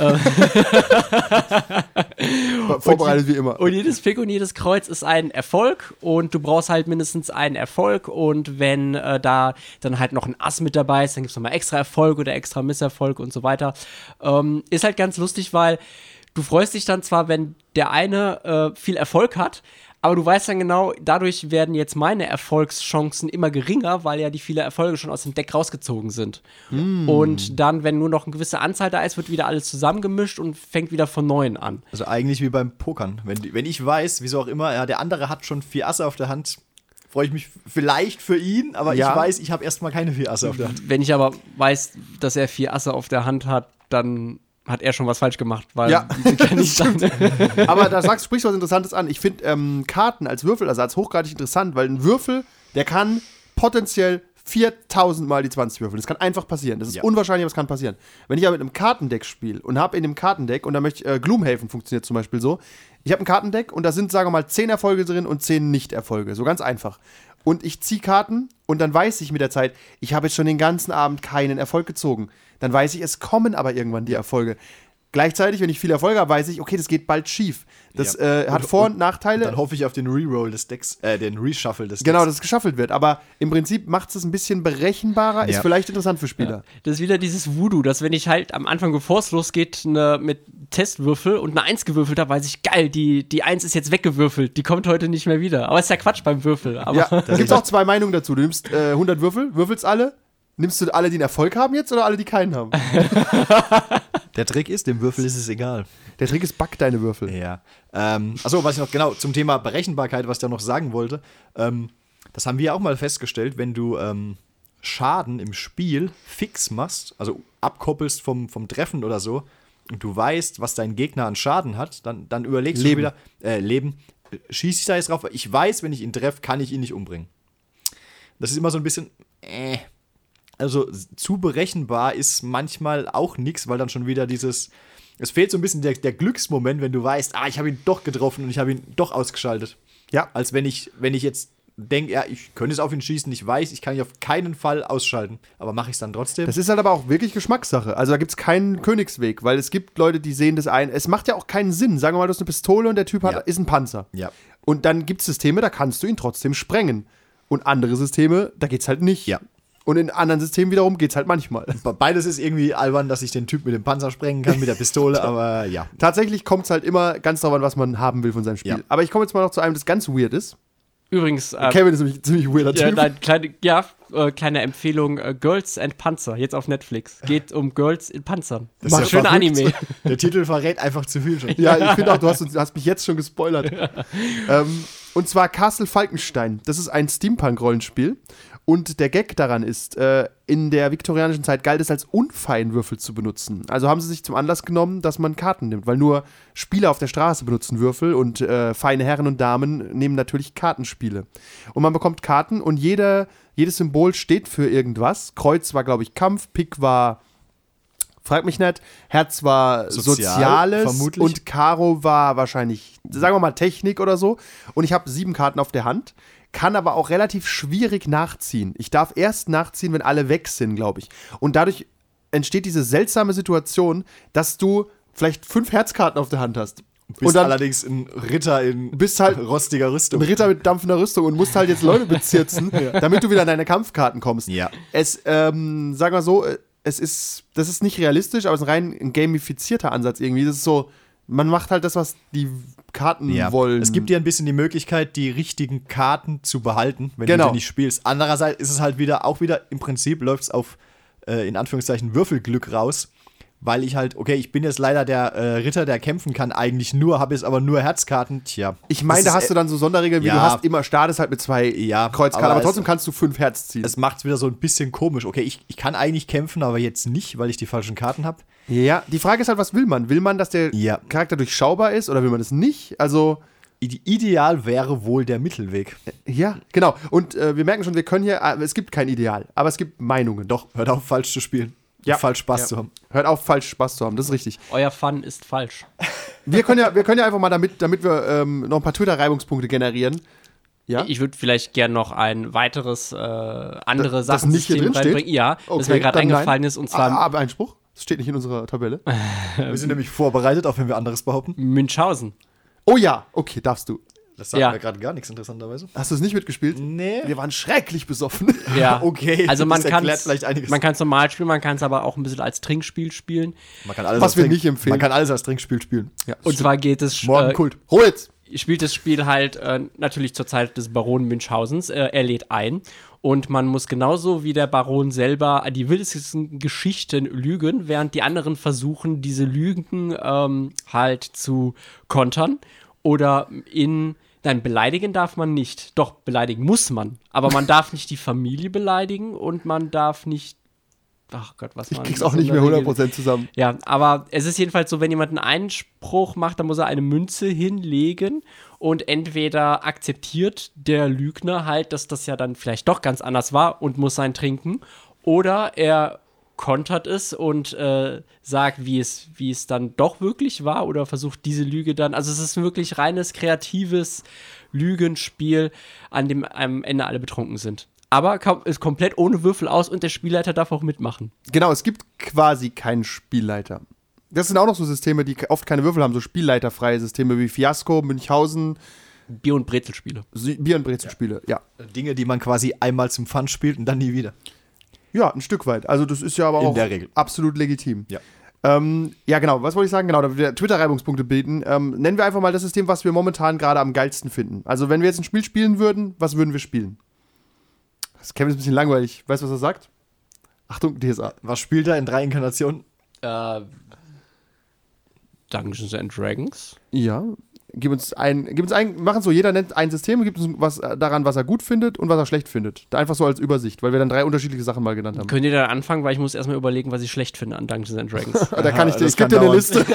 Vorbereitet wie immer. Und jedes Pick und jedes Kreuz ist ein Erfolg und du brauchst halt mindestens einen Erfolg und wenn da dann halt noch ein Ass mit dabei ist, dann gibt es nochmal extra Erfolg oder extra Misserfolg und so weiter. Ist halt ganz lustig, weil du freust dich dann zwar, wenn der eine viel Erfolg hat, aber du weißt dann genau, dadurch werden jetzt meine Erfolgschancen immer geringer, weil ja die viele Erfolge schon aus dem Deck rausgezogen sind. Und dann, wenn nur noch eine gewisse Anzahl da ist, wird wieder alles zusammengemischt und fängt wieder von Neuem an. Also eigentlich wie beim Pokern. Wenn ich weiß, wieso auch immer, ja, der andere hat schon 4 Asse auf der Hand, freue ich mich vielleicht für ihn, aber Ja. ich weiß, ich habe erstmal keine 4 Asse auf der Hand. Wenn ich aber weiß, dass er 4 Asse auf der Hand hat, dann hat er schon was falsch gemacht, weil Ja, diese kann ich dann. Aber da sprichst du was Interessantes an. Ich finde Karten als Würfelersatz hochgradig interessant, weil ein Würfel der kann potenziell 4000 Mal die 20 würfeln. Das kann einfach passieren. Das ist unwahrscheinlich, aber es kann passieren. Wenn ich aber mit einem Kartendeck spiele und habe in dem Kartendeck, und da möchte ich, Gloomhaven funktioniert zum Beispiel so, ich habe ein Kartendeck und da sind, sagen wir mal, 10 Erfolge drin und 10 Nicht-Erfolge. So ganz einfach. Und ich ziehe Karten und dann weiß ich mit der Zeit, ich habe jetzt schon den ganzen Abend keinen Erfolg gezogen. Dann weiß ich, es kommen aber irgendwann die Erfolge. Gleichzeitig, wenn ich viele Erfolge habe, weiß ich, okay, das geht bald schief. Das hat Vor- und Nachteile. Dann hoffe ich auf den Reroll des Decks, den Reshuffle des Decks. Genau, dass es geschaffelt wird. Aber im Prinzip macht es ein bisschen berechenbarer, ist vielleicht interessant für Spieler. Ja. Das ist wieder dieses Voodoo, dass wenn ich halt am Anfang, bevor es losgeht, mit Testwürfel und eine 1 gewürfelt habe, weiß ich, geil, die 1 ist jetzt weggewürfelt, die kommt heute nicht mehr wieder. Aber ist ja Quatsch beim Würfel. Aber Ja, da gibt es auch 2 Meinungen dazu. Du nimmst 100 Würfel, würfelst alle. Nimmst du alle, die einen Erfolg haben jetzt oder alle, die keinen haben? Der Trick ist, dem Würfel ist es egal. Der Trick ist, back deine Würfel. Ja. Achso, was ich noch genau zum Thema Berechenbarkeit, was ich da noch sagen wollte, das haben wir auch mal festgestellt, wenn du Schaden im Spiel fix machst, also abkoppelst vom Treffen oder so, und du weißt, was dein Gegner an Schaden hat, dann überlegst du wieder, Leben, schieße ich da jetzt drauf? Ich weiß, wenn ich ihn treffe, kann ich ihn nicht umbringen. Das ist immer so ein bisschen, Also zu berechenbar ist manchmal auch nichts, weil dann schon wieder es fehlt so ein bisschen der Glücksmoment, wenn du weißt, ich habe ihn doch getroffen und ich habe ihn doch ausgeschaltet. Ja. Als wenn ich jetzt denke, ich könnte es auf ihn schießen, ich weiß, ich kann ihn auf keinen Fall ausschalten, aber mache ich es dann trotzdem? Das ist halt aber auch wirklich Geschmackssache. Also da gibt es keinen Königsweg, weil es gibt Leute, die sehen das ein. Es macht ja auch keinen Sinn. Sagen wir mal, du hast eine Pistole und der Typ ist ein Panzer. Ja. Und dann gibt es Systeme, da kannst du ihn trotzdem sprengen. Und andere Systeme, da geht's halt nicht. Ja. Und in anderen Systemen wiederum geht's halt manchmal. Beides ist irgendwie albern, dass ich den Typ mit dem Panzer sprengen kann, mit der Pistole, aber ja. Tatsächlich kommt es halt immer ganz darauf an, was man haben will von seinem Spiel. Ja. Aber ich komme jetzt mal noch zu einem, das ganz weird ist. übrigens, Kevin ist nämlich ein ziemlich weirder Typ. kleine Empfehlung, Girls and Panzer, jetzt auf Netflix. Geht um Girls in Panzern. Das ist ja schöner verrückt. Anime. Der Titel verrät einfach zu viel schon. Ja, ich finde auch, du hast mich jetzt schon gespoilert. Und zwar Castle Falkenstein. Das ist ein Steampunk-Rollenspiel. Und der Gag daran ist, in der viktorianischen Zeit galt es als unfein, Würfel zu benutzen. Also haben sie sich zum Anlass genommen, dass man Karten nimmt, weil nur Spieler auf der Straße benutzen Würfel und feine Herren und Damen nehmen natürlich Kartenspiele. Und man bekommt Karten und jedes Symbol steht für irgendwas. Kreuz war, glaube ich, Kampf, Pik war, frag mich nicht, Herz war Soziales vermutlich. Und Karo war wahrscheinlich, sagen wir mal, Technik oder so. Und ich habe 7 Karten auf der Hand. Kann aber auch relativ schwierig nachziehen. Ich darf erst nachziehen, wenn alle weg sind, glaube ich. Und dadurch entsteht diese seltsame Situation, dass du vielleicht 5 Herzkarten auf der Hand hast. Bist dann allerdings ein Ritter in rostiger Rüstung. Ein Ritter mit dampfender Rüstung und musst halt jetzt Leute bezirzen, damit du wieder an deine Kampfkarten kommst. Ja. Sagen wir so, das ist nicht realistisch, aber es ist ein gamifizierter Ansatz irgendwie. Das ist so, man macht halt das, was die Karten wollen. Es gibt dir ein bisschen die Möglichkeit, die richtigen Karten zu behalten, wenn du die nicht spielst. Andererseits ist es halt wieder, im Prinzip läuft es auf, in Anführungszeichen, Würfelglück raus, weil ich halt, ich bin jetzt leider der Ritter, der kämpfen kann, eigentlich habe jetzt aber nur Herzkarten, tja. Ich meine, da hast du dann so Sonderregeln, wie du hast immer startest halt mit 2 Kreuzkarten, aber trotzdem kannst du 5 Herz ziehen. Es macht es wieder so ein bisschen komisch. Ich kann eigentlich kämpfen, aber jetzt nicht, weil ich die falschen Karten habe. Ja, die Frage ist halt, was will man? Will man, dass der Charakter durchschaubar ist oder will man das nicht? Also ideal wäre wohl der Mittelweg. Ja, genau. Und wir merken schon, wir können hier, es gibt kein Ideal, aber es gibt Meinungen. Doch, hört auf, falsch zu spielen. Ja. Falsch Spaß zu haben. Hört auf, falsch Spaß zu haben, das ist richtig. Euer Fun ist falsch. Wir können ja einfach mal, damit wir noch ein paar Twitter-Reibungspunkte generieren. Ja? Ich würde vielleicht gerne noch ein weiteres andere das nicht hier drin reinbringen. steht? Ja, das mir gerade eingefallen ist. Und zwar aber Einspruch? Das steht nicht in unserer Tabelle. Wir sind nämlich vorbereitet, auch wenn wir anderes behaupten. Münchhausen. Oh ja, okay, darfst du. Das sagt mir gerade gar nichts, interessanterweise. Hast du es nicht mitgespielt? Nee. Wir waren schrecklich besoffen. Ja, okay. Also man kann es normal spielen, man kann es aber auch ein bisschen als Trinkspiel spielen. Man kann alles was wir nicht empfehlen. Man kann alles als Trinkspiel spielen. Ja, und zwar geht es Morgenkult. Holz! Spielt das Spiel halt natürlich zur Zeit des Baron Münchhausens. Er lädt ein und man muss genauso wie der Baron selber die wildesten Geschichten lügen, während die anderen versuchen, diese Lügen halt zu kontern oder Nein, beleidigen darf man nicht. Doch, beleidigen muss man. Aber man darf nicht die Familie beleidigen und man darf nicht ach Gott, was Ich war krieg's das auch nicht in mehr der Regel? 100% zusammen. Ja, aber es ist jedenfalls so, wenn jemand einen Einspruch macht, dann muss er eine Münze hinlegen und entweder akzeptiert der Lügner halt, dass das ja dann vielleicht doch ganz anders war und muss sein trinken, oder er kontert es und sagt, wie es dann doch wirklich war, oder versucht diese Lüge dann, also es ist ein wirklich reines kreatives Lügenspiel, an dem am Ende alle betrunken sind. Aber ist komplett ohne Würfel aus und der Spielleiter darf auch mitmachen. Genau, es gibt quasi keinen Spielleiter. Das sind auch noch so Systeme, die oft keine Würfel haben, so spielleiterfreie Systeme wie Fiasko, Münchhausen, Bier- und Brezelspiele. Bier- und Brezelspiele, ja. Dinge, die man quasi einmal zum Fun spielt und dann nie wieder. Ja, ein Stück weit. Also das ist ja aber In auch der Regel. absolut legitim. Ja. Ja, genau. Was wollte ich sagen? Genau, da wir Twitter-Reibungspunkte bilden. Nennen wir einfach mal das System, was wir momentan gerade am geilsten finden. Also wenn wir jetzt ein Spiel spielen würden, was würden wir spielen? Das Kevin ist ein bisschen langweilig. Weißt du, was er sagt? Achtung, DSA. Was spielt er in 3 Inkarnationen? Dungeons and Dragons. Ja. Machen so, jeder nennt ein System, gibt uns was daran, was er gut findet und was er schlecht findet. Einfach so als Übersicht, weil wir dann 3 unterschiedliche Sachen mal genannt haben. Könnt ihr dann anfangen, weil ich muss erstmal überlegen, was ich schlecht finde an Dungeons and Dragons. Da kann ich dir, das ich gebe kann dir eine dauern. Liste.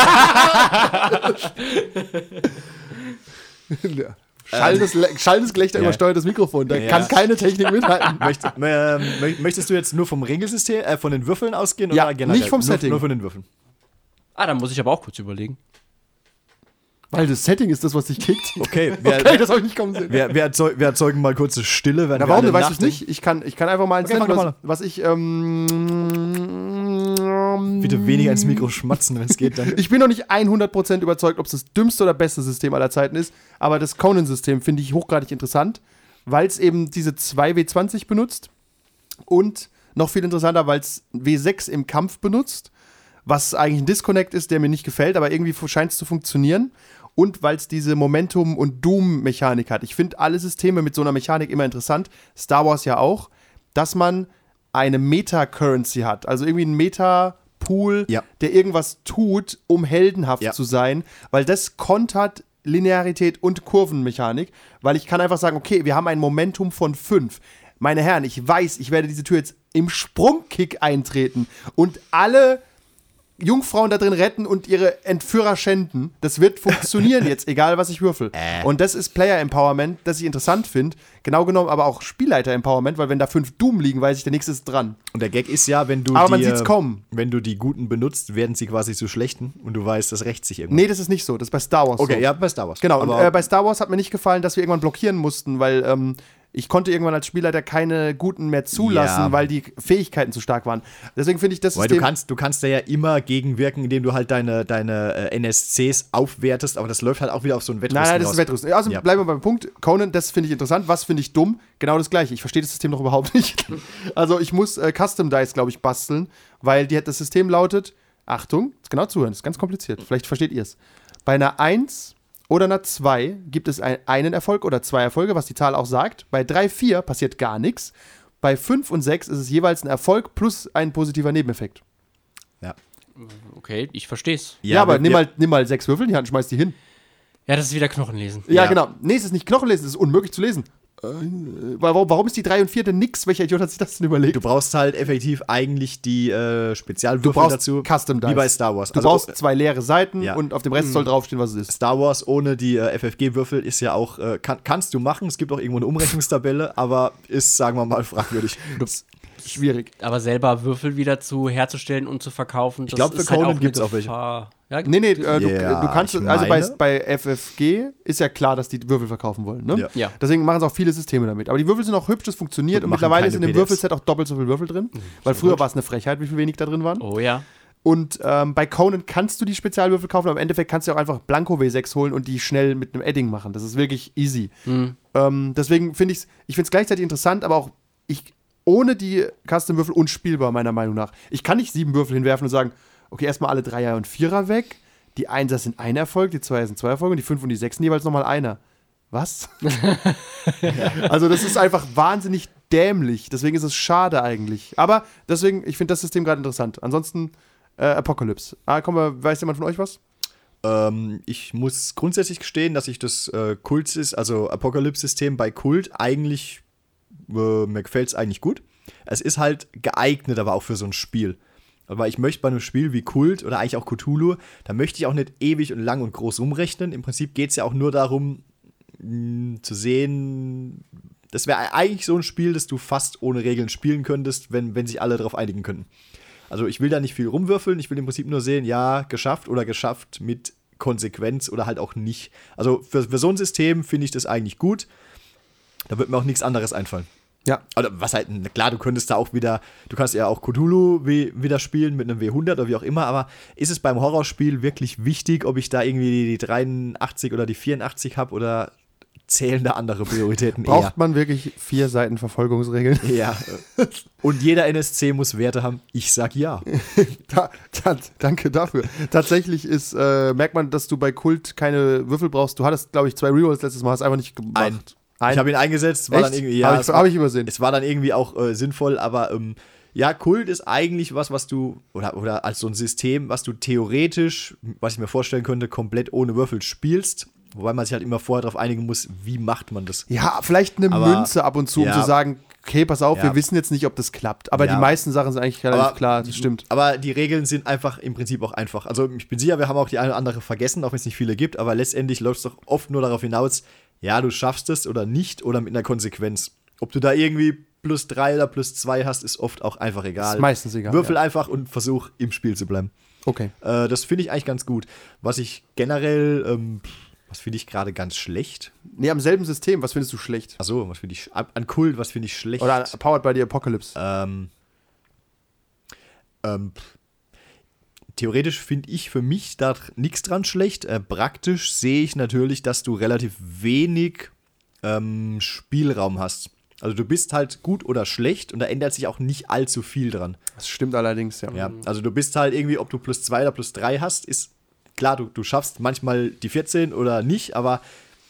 Ja. Schallendes Gelächter Ja. übersteuert das Mikrofon. Da Ja. kann keine Technik mithalten. Möchtest du jetzt nur vom Regelsystem, von den Würfeln ausgehen? Ja, oder generell? nicht vom Setting. Nur von den Würfeln. Dann muss ich aber auch kurz überlegen. Weil das Setting ist das, was dich kickt. Okay, Okay, das habe ich nicht kommen sehen. wir erzeugen mal kurze Stille. Wenn Na, wir warum? alle Du weißt es nachdenken. nicht. Ich kann einfach mal eins Okay, nennen, fang doch was ich. Bitte weniger ins Mikro schmatzen, wenn es geht. Dann. Ich bin noch nicht 100% überzeugt, ob es das dümmste oder beste System aller Zeiten ist, aber das Conan-System finde ich hochgradig interessant, weil es eben diese 2W20 benutzt und noch viel interessanter, weil es W6 im Kampf benutzt, was eigentlich ein Disconnect ist, der mir nicht gefällt, aber irgendwie scheint es zu funktionieren. Und weil es diese Momentum- und Doom-Mechanik hat. Ich finde alle Systeme mit so einer Mechanik immer interessant. Star Wars ja auch, dass man eine Meta-Currency hat. Also irgendwie ein Meta-Pool, Ja. der irgendwas tut, um heldenhaft Ja. zu sein. Weil das kontert Linearität und Kurvenmechanik. Weil ich kann einfach sagen, okay, wir haben ein Momentum von 5. Meine Herren, ich weiß, ich werde diese Tür jetzt im Sprungkick eintreten. Und alle Jungfrauen da drin retten und ihre Entführer schänden. Das wird funktionieren jetzt, egal was ich würfel. Und das ist Player-Empowerment, das ich interessant finde. Genau genommen aber auch Spielleiter-Empowerment, weil wenn da 5 Doom liegen, weiß ich, der nächste ist dran. Und der Gag ist ja, wenn du Aber man sieht's kommen. Wenn du die Guten benutzt, werden sie quasi zu Schlechten und du weißt, das rächt sich irgendwann. Nee, das ist nicht so. Das ist bei Star Wars Okay, so. ja, bei Star Wars. Genau, Aber und bei Star Wars hat mir nicht gefallen, dass wir irgendwann blockieren mussten, weil ich konnte irgendwann als Spielleiter keine Guten mehr zulassen, Ja. weil die Fähigkeiten zu stark waren. Deswegen finde ich das weil System... du kannst da ja immer gegenwirken, indem du halt deine NSCs aufwertest, aber das läuft halt auch wieder auf so ein Wettrüsten Nein, das raus. ist Wettrüsten. Also Ja. bleiben wir beim Punkt. Conan, das finde ich interessant. Was finde ich dumm? Genau das Gleiche. Ich verstehe das System noch überhaupt nicht. Also ich muss Custom Dice, glaube ich, basteln, weil das System lautet, Achtung, jetzt genau zuhören, das ist ganz kompliziert. Vielleicht versteht ihr es. Bei einer 1 oder einer 2 gibt es einen Erfolg oder 2 Erfolge, was die Zahl auch sagt. Bei 3, 4 passiert gar nichts. Bei 5 und 6 ist es jeweils ein Erfolg plus ein positiver Nebeneffekt. Ja. Okay, ich versteh's. Ja, aber wir- nimm mal 6 Würfel in die Hand und schmeiß die hin. Ja, das ist wieder Knochenlesen. Ja, Ja. genau. Nee, es ist nicht Knochenlesen, es ist unmöglich zu lesen. Warum ist die 3 und 4 denn nix? Welcher Idiot hat sich das denn überlegt? Du brauchst halt effektiv eigentlich die Spezialwürfel Du brauchst dazu. Custom Dice. Wie bei Star Wars. Du brauchst 2 leere Seiten Ja. und auf dem Rest soll draufstehen, was es ist. Star Wars ohne die FFG-Würfel ist ja auch, kannst du machen. Es gibt auch irgendwo eine Umrechnungstabelle, aber ist, sagen wir mal, fragwürdig. Schwierig. Aber selber Würfel wieder herzustellen und zu verkaufen, das glaub, für ist halt Conan auch eine gibt's auch welche. Gefahr. Ja, Nee, du Ja, kannst, ich also meine- bei FFG ist ja klar, dass die Würfel verkaufen wollen, ne? Ja. Ja. Deswegen machen es auch viele Systeme damit. Aber die Würfel sind auch hübsch, das funktioniert. Und Und machen mittlerweile keine ist in dem PDFs. Würfelset auch doppelt so viele Würfel drin. Weil früher war es eine Frechheit, wie viel wenig da drin waren. Oh ja. Und bei Conan kannst du die Spezialwürfel kaufen, aber im Endeffekt kannst du auch einfach Blanko W6 holen und die schnell mit einem Edding machen. Das ist wirklich easy. Deswegen finde ich es gleichzeitig interessant, aber auch ohne die Custom-Würfel unspielbar, meiner Meinung nach. Ich kann nicht 7 Würfel hinwerfen und sagen, okay, erstmal alle 3er und 4er weg. Die 1er sind ein Erfolg, die 2er sind 2 Erfolge und die 5 und die 6 sind jeweils nochmal einer. Was? Also das ist einfach wahnsinnig dämlich. Deswegen ist es schade eigentlich. Aber deswegen, ich finde das System gerade interessant. Ansonsten Apocalypse. Weiß jemand von euch was? Ich muss grundsätzlich gestehen, dass ich das Apocalypse-System bei Kult eigentlich, mir gefällt es eigentlich gut. Es ist halt geeignet, aber auch für so ein Spiel. Aber ich möchte bei einem Spiel wie Kult oder eigentlich auch Cthulhu, da möchte ich auch nicht ewig und lang und groß rumrechnen. Im Prinzip geht es ja auch nur darum, zu sehen, das wäre eigentlich so ein Spiel, das du fast ohne Regeln spielen könntest, wenn sich alle darauf einigen könnten. Also ich will da nicht viel rumwürfeln, ich will im Prinzip nur sehen, ja, geschafft oder geschafft mit Konsequenz oder halt auch nicht. Also für so ein System finde ich das eigentlich gut. Da wird mir auch nichts anderes einfallen. Ja. Oder was halt, klar, du könntest da auch wieder, du kannst ja auch Cthulhu wieder spielen mit einem W100 oder wie auch immer, aber ist es beim Horrorspiel wirklich wichtig, ob ich da irgendwie die 83 oder die 84 habe oder zählen da andere Prioritäten eher? Braucht man wirklich 4 Seiten Verfolgungsregeln? Ja. Und jeder NSC muss Werte haben? Ich sag ja. Danke dafür. Tatsächlich merkt man, dass du bei Kult keine Würfel brauchst. Du hattest, glaube ich, 2 Rerolls letztes Mal, hast einfach nicht gemacht. Ich habe ihn eingesetzt, war Echt? dann irgendwie, ja, Hab ich übersehen. Es war dann irgendwie auch sinnvoll, aber ja, Kult ist eigentlich was du, oder als so ein System, was du theoretisch, was ich mir vorstellen könnte, komplett ohne Würfel spielst. Wobei man sich halt immer vorher darauf einigen muss, wie macht man das. Ja, vielleicht eine Aber, Münze ab und zu, um ja. zu sagen, okay, pass auf, Ja. wir wissen jetzt nicht, ob das klappt. Aber Ja. die meisten Sachen sind eigentlich relativ klar, das stimmt. Aber die Regeln sind einfach im Prinzip auch einfach. Also ich bin sicher, wir haben auch die eine oder andere vergessen, auch wenn es nicht viele gibt, aber letztendlich läuft es doch oft nur darauf hinaus, ja, du schaffst es oder nicht oder mit einer Konsequenz. Ob du da irgendwie +3 oder +2 hast, ist oft auch einfach egal. Ist meistens egal. Würfel ja. einfach und versuch im Spiel zu bleiben. Okay. Das finde ich eigentlich ganz gut. Was ich generell, was finde ich gerade ganz schlecht? Nee, am selben System, was findest du schlecht? Achso, was finde ich, an Kult, was finde ich schlecht? Oder Powered by the Apocalypse? Theoretisch finde ich für mich da nichts dran schlecht. Praktisch sehe ich natürlich, dass du relativ wenig Spielraum hast. Also du bist halt gut oder schlecht und da ändert sich auch nicht allzu viel dran. Das stimmt allerdings, ja. Ja, also du bist halt irgendwie, ob du +2 oder +3 hast, ist klar, du schaffst manchmal die 14 oder nicht, aber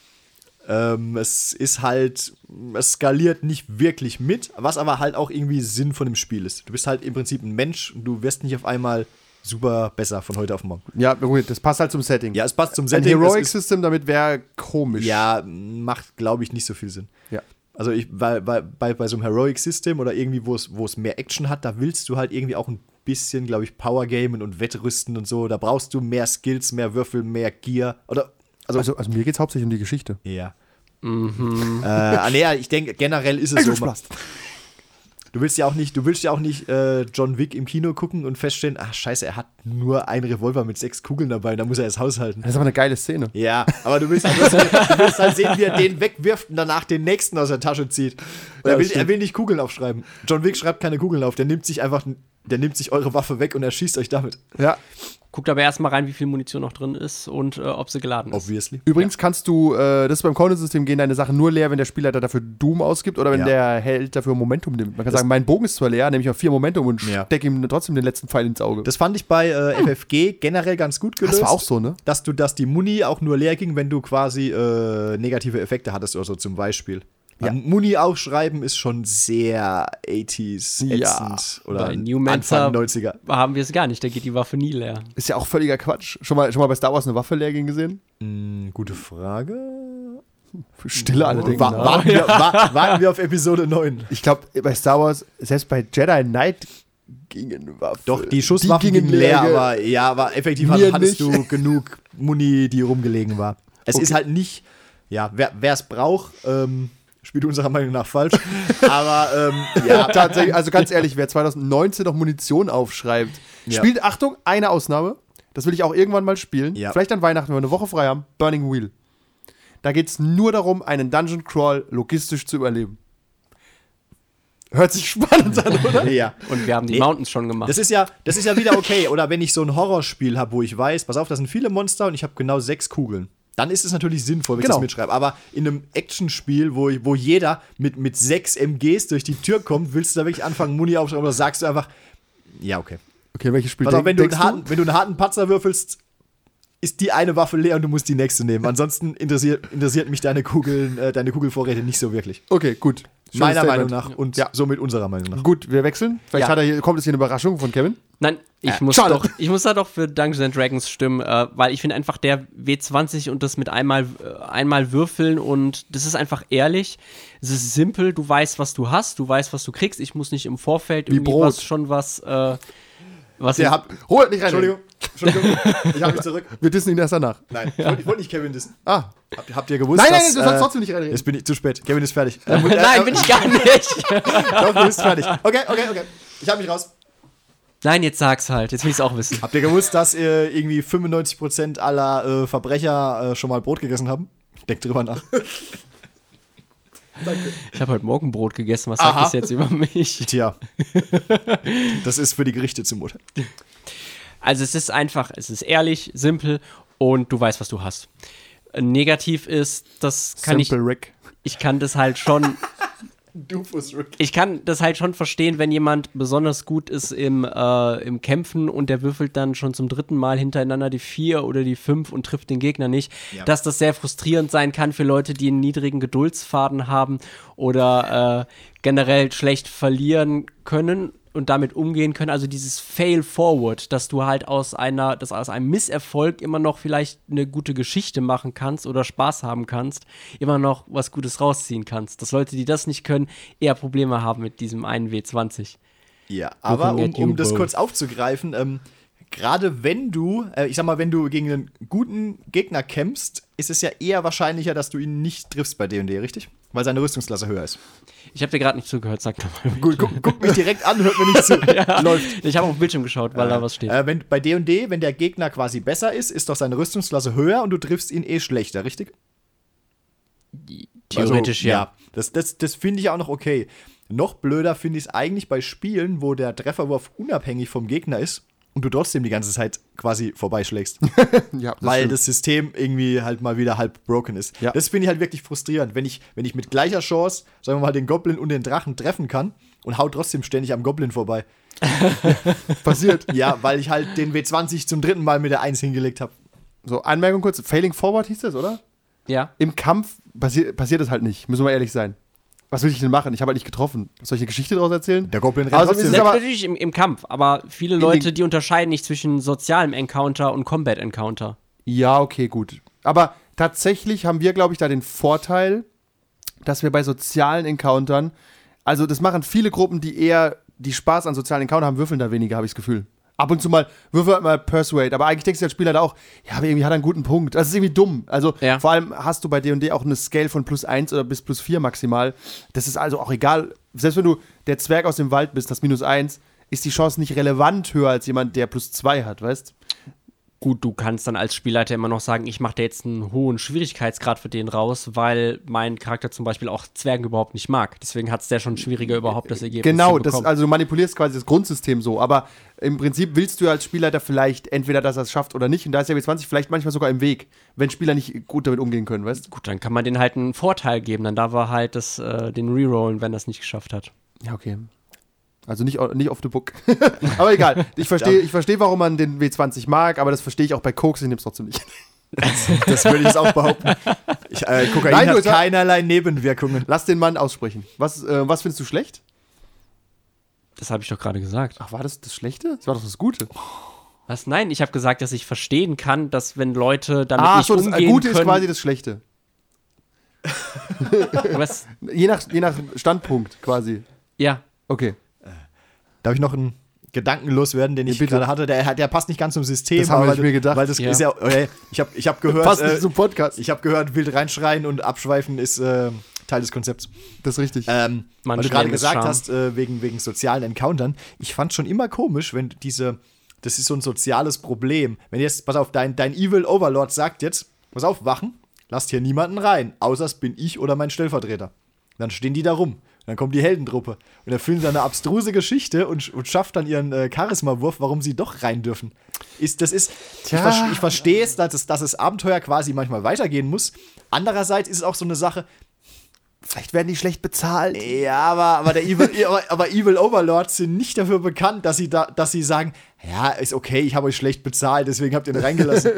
es ist halt, es skaliert nicht wirklich mit, was aber halt auch irgendwie Sinn von dem Spiel ist. Du bist halt im Prinzip ein Mensch und du wirst nicht auf einmal super besser von heute auf morgen. Ja, gut, das passt halt zum Setting. Ja, es passt zum Ein Setting. Heroic es ist, System damit wäre komisch. ja, macht, glaube ich, nicht so viel Sinn. Ja. Also bei so einem Heroic System oder irgendwie, wo es mehr Action hat, da willst du halt irgendwie auch ein bisschen, glaube ich, Powergamen und Wettrüsten und so. Da brauchst du mehr Skills, mehr Würfel, mehr Gear. Oder, Also mir geht es hauptsächlich um die Geschichte. ja. Nee, ich denke, generell ist es so. Du willst ja auch nicht John Wick im Kino gucken und feststellen, ach scheiße, er hat nur einen Revolver mit 6 Kugeln dabei, da muss er das haushalten. Das ist aber eine geile Szene. Ja, aber du willst halt sehen, wie er den wegwirft und danach den nächsten aus der Tasche zieht. Und er will nicht Kugeln aufschreiben. John Wick schreibt keine Kugeln auf, der nimmt sich eure Waffe weg und erschießt euch damit. Ja. Guckt aber erstmal rein, wie viel Munition noch drin ist und ob sie geladen ist. Obviously. Übrigens kannst du, das ist beim Conan-System, gehen deine Sachen nur leer, wenn der Spielleiter dafür Doom ausgibt oder wenn Ja. der Held dafür Momentum nimmt. Man kann sagen, mein Bogen ist zwar leer, nehme ich auch 4 Momentum und Ja. stecke ihm trotzdem den letzten Pfeil ins Auge. Das fand ich bei FFG generell ganz gut gelöst. Das war auch so, ne? Dass die Muni auch nur leer ging, wenn du quasi negative Effekte hattest oder so zum Beispiel. Ja. Muni aufschreiben ist schon sehr 80s Ja. ätzend. Oder Bei Newmancer Anfang 90er. haben wir es gar nicht, da geht die Waffe nie leer. Ist ja auch völliger Quatsch. Schon mal bei Star Wars eine Waffe leer gehen gesehen? Gute Frage. Stille alle denken. Warten wir auf Episode 9. Ich glaube, bei Star Wars, selbst bei Jedi Knight gingen Waffen. Doch, die Schusswaffen gingen leer, aber effektiv Mir hattest nicht. du genug Muni, die rumgelegen war. Es Okay. ist halt nicht, ja, wer es braucht, spielt unserer Meinung nach falsch. Aber Ja, tatsächlich, also ganz ehrlich, wer 2019 noch Munition aufschreibt, Ja. spielt, Achtung, eine Ausnahme, das will ich auch irgendwann mal spielen, Ja. vielleicht an Weihnachten, wenn wir eine Woche frei haben, Burning Wheel. Da geht es nur darum, einen Dungeon Crawl logistisch zu überleben. Hört sich spannend an, oder? ja. Und wir haben die Nee. Mountains schon gemacht. Das ist ja wieder okay. Oder wenn ich so ein Horrorspiel habe, wo ich weiß, pass auf, da sind viele Monster und ich habe genau 6 Kugeln. Dann ist es natürlich sinnvoll, wenn ich Genau. das mitschreibe. Aber in einem Actionspiel, wo jeder mit 6 MGs durch die Tür kommt, willst du da wirklich anfangen, Muni aufschreiben oder sagst du einfach, ja, okay. Okay, welches Spiel Pass auf, wenn du denkst einen harten Patzer würfelst, ist die eine Waffe leer und du musst die nächste nehmen. Ansonsten interessiert mich deine Kugelvorräte nicht so wirklich. Okay, gut. Schönes Meiner Statement. Meinung nach und somit unserer Meinung nach. Gut, wir wechseln. Vielleicht kommt es hier eine Überraschung von Kevin. Nein, ich muss da doch für Dungeons and Dragons stimmen, weil ich finde einfach der W20 und das mit einmal würfeln und das ist einfach ehrlich. Es ist simpel, du weißt, was du hast, du weißt, was du kriegst. Ich muss nicht im Vorfeld irgendwie Brot. Holt nicht rein. Entschuldigung, ich habe mich zurück. Wir dissen ihn erst danach. Nein, ich wollte nicht Kevin dissen. Ah. Habt ihr gewusst, Nein, dass, du sollst trotzdem nicht reinreden. Jetzt bin ich zu spät. Kevin ist fertig. Nein, bin ich gar nicht. Doch, du bist fertig. Okay. Ich habe mich raus. Nein, jetzt sag's halt. Jetzt will ich's auch wissen. Habt ihr gewusst, dass irgendwie 95% aller Verbrecher schon mal Brot gegessen haben? Denkt drüber nach. Ich habe heute Morgen Brot gegessen. Was sagt das jetzt über mich? Tja. Das ist für die Gerichte zumute. Also es ist einfach, es ist ehrlich, simpel und du weißt, was du hast. Negativ ist, das kann Simple Rick. ich kann das halt schon Doofus Rick. Ich kann das halt schon verstehen, wenn jemand besonders gut ist im Kämpfen und der würfelt dann schon zum 3. Mal hintereinander die 4 oder die 5 und trifft den Gegner nicht, dass das sehr frustrierend sein kann für Leute, die einen niedrigen Geduldsfaden haben oder generell schlecht verlieren können und damit umgehen können. Also dieses Fail Forward, dass du halt aus einem Misserfolg immer noch vielleicht eine gute Geschichte machen kannst oder Spaß haben kannst, immer noch was Gutes rausziehen kannst. Dass Leute, die das nicht können, eher Probleme haben mit diesem einen W20. Ja, aber um das kurz aufzugreifen, gerade wenn du, wenn du gegen einen guten Gegner kämpfst, ist es ja eher wahrscheinlicher, dass du ihn nicht triffst bei D&D, richtig? Weil seine Rüstungsklasse höher ist. Ich habe dir gerade nicht zugehört, sag doch mal. Gut, guck mich direkt an, hört mir nicht zu. Läuft. Ich habe auf den Bildschirm geschaut, weil da was steht. Bei D&D, wenn der Gegner quasi besser ist doch seine Rüstungsklasse höher und du triffst ihn schlechter, richtig? Theoretisch, also, das finde ich auch noch okay. Noch blöder finde ich es eigentlich bei Spielen, wo der Trefferwurf unabhängig vom Gegner ist und du trotzdem die ganze Zeit quasi vorbeischlägst. Ja, weil stimmt. das System irgendwie halt mal wieder halb broken ist. Ja. Das finde ich halt wirklich frustrierend, wenn ich mit gleicher Chance, sagen wir mal, den Goblin und den Drachen treffen kann und haut trotzdem ständig am Goblin vorbei. Passiert. Ja, weil ich halt den W20 zum 3. Mal mit der 1 hingelegt habe. So, Anmerkung kurz. Failing Forward hieß das, oder? Ja. Im Kampf passiert das halt nicht. Müssen wir ehrlich sein. Was will ich denn machen? Ich habe halt nicht getroffen. Soll ich eine Geschichte daraus erzählen? Der Goblin rennt Also, trotzdem. ist aber- Natürlich im Kampf, aber viele Leute, die unterscheiden nicht zwischen sozialem Encounter und Combat Encounter. Ja, okay, gut. Aber tatsächlich haben wir, glaube ich, da den Vorteil, dass wir bei sozialen Encountern, also das machen viele Gruppen, die eher die Spaß an sozialen Encounter haben, würfeln da weniger, habe ich das Gefühl. Ab und zu mal würfel mal Persuade, aber eigentlich denkst du als Spieler da auch, ja, aber irgendwie hat er einen guten Punkt. Das ist irgendwie dumm. Also vor allem hast du bei D&D auch eine Scale von +1 oder bis +4 maximal. Das ist also auch egal. Selbst wenn du der Zwerg aus dem Wald bist, das -1, ist die Chance nicht relevant höher als jemand, der +2 hat, weißt? Gut, du kannst dann als Spielleiter immer noch sagen, ich mache da jetzt einen hohen Schwierigkeitsgrad für den raus, weil mein Charakter zum Beispiel auch Zwergen überhaupt nicht mag. Deswegen hat es der schon schwieriger, überhaupt das Ergebnis Genau, zu bekommen. also du manipulierst quasi das Grundsystem so, aber im Prinzip willst du als Spielleiter vielleicht entweder, dass er es schafft oder nicht, und da ist der W20 vielleicht manchmal sogar im Weg, wenn Spieler nicht gut damit umgehen können, weißt du? Gut, dann kann man denen halt einen Vorteil geben, dann darf er halt den Rerollen, wenn er es nicht geschafft hat. Ja, okay. Also nicht off the book. Aber egal, ich verstehe, warum man den W20 mag, aber das verstehe ich auch bei Koks, ich nehme es trotzdem nicht. Das würde ich jetzt auch behaupten. Kokain Nein, hat keinerlei Nebenwirkungen. Lass den Mann aussprechen. Was findest du schlecht? Das habe ich doch gerade gesagt. Ach, war das Schlechte? Das war doch das Gute. Was? Nein, ich habe gesagt, dass ich verstehen kann, dass wenn Leute damit nicht umgehen das Gute können. ist quasi das Schlechte. Was? Je nach Standpunkt quasi. Ja. Okay. Darf ich noch einen Gedanken loswerden, den ich bitte. gerade hatte? Der passt nicht ganz zum System. Das habe aber ich mir gedacht. Weil das Ja. ist ja, okay, ich hab gehört, Passt nicht zum Podcast. ich habe gehört, wild reinschreien und abschweifen ist Teil des Konzepts. Das ist richtig. Weil du Manche gerade nennen es gesagt Charme. hast, wegen sozialen Encountern, ich fand schon immer komisch, wenn das ist so ein soziales Problem. Wenn jetzt, pass auf, dein Evil Overlord sagt jetzt, pass auf, Wachen, lasst hier niemanden rein, außer es bin ich oder mein Stellvertreter. Dann stehen die da rum. Dann kommt die Heldentruppe und erfüllen dann eine abstruse Geschichte und schafft dann ihren Charisma-Wurf, warum sie doch rein dürfen. Ich verstehe es, dass das Abenteuer quasi manchmal weitergehen muss. Andererseits ist es auch so eine Sache, Vielleicht werden die schlecht bezahlt. ja, aber Evil Overlords sind nicht dafür bekannt, dass sie sagen, ja, ist okay, ich habe euch schlecht bezahlt, deswegen habt ihr ihn reingelassen.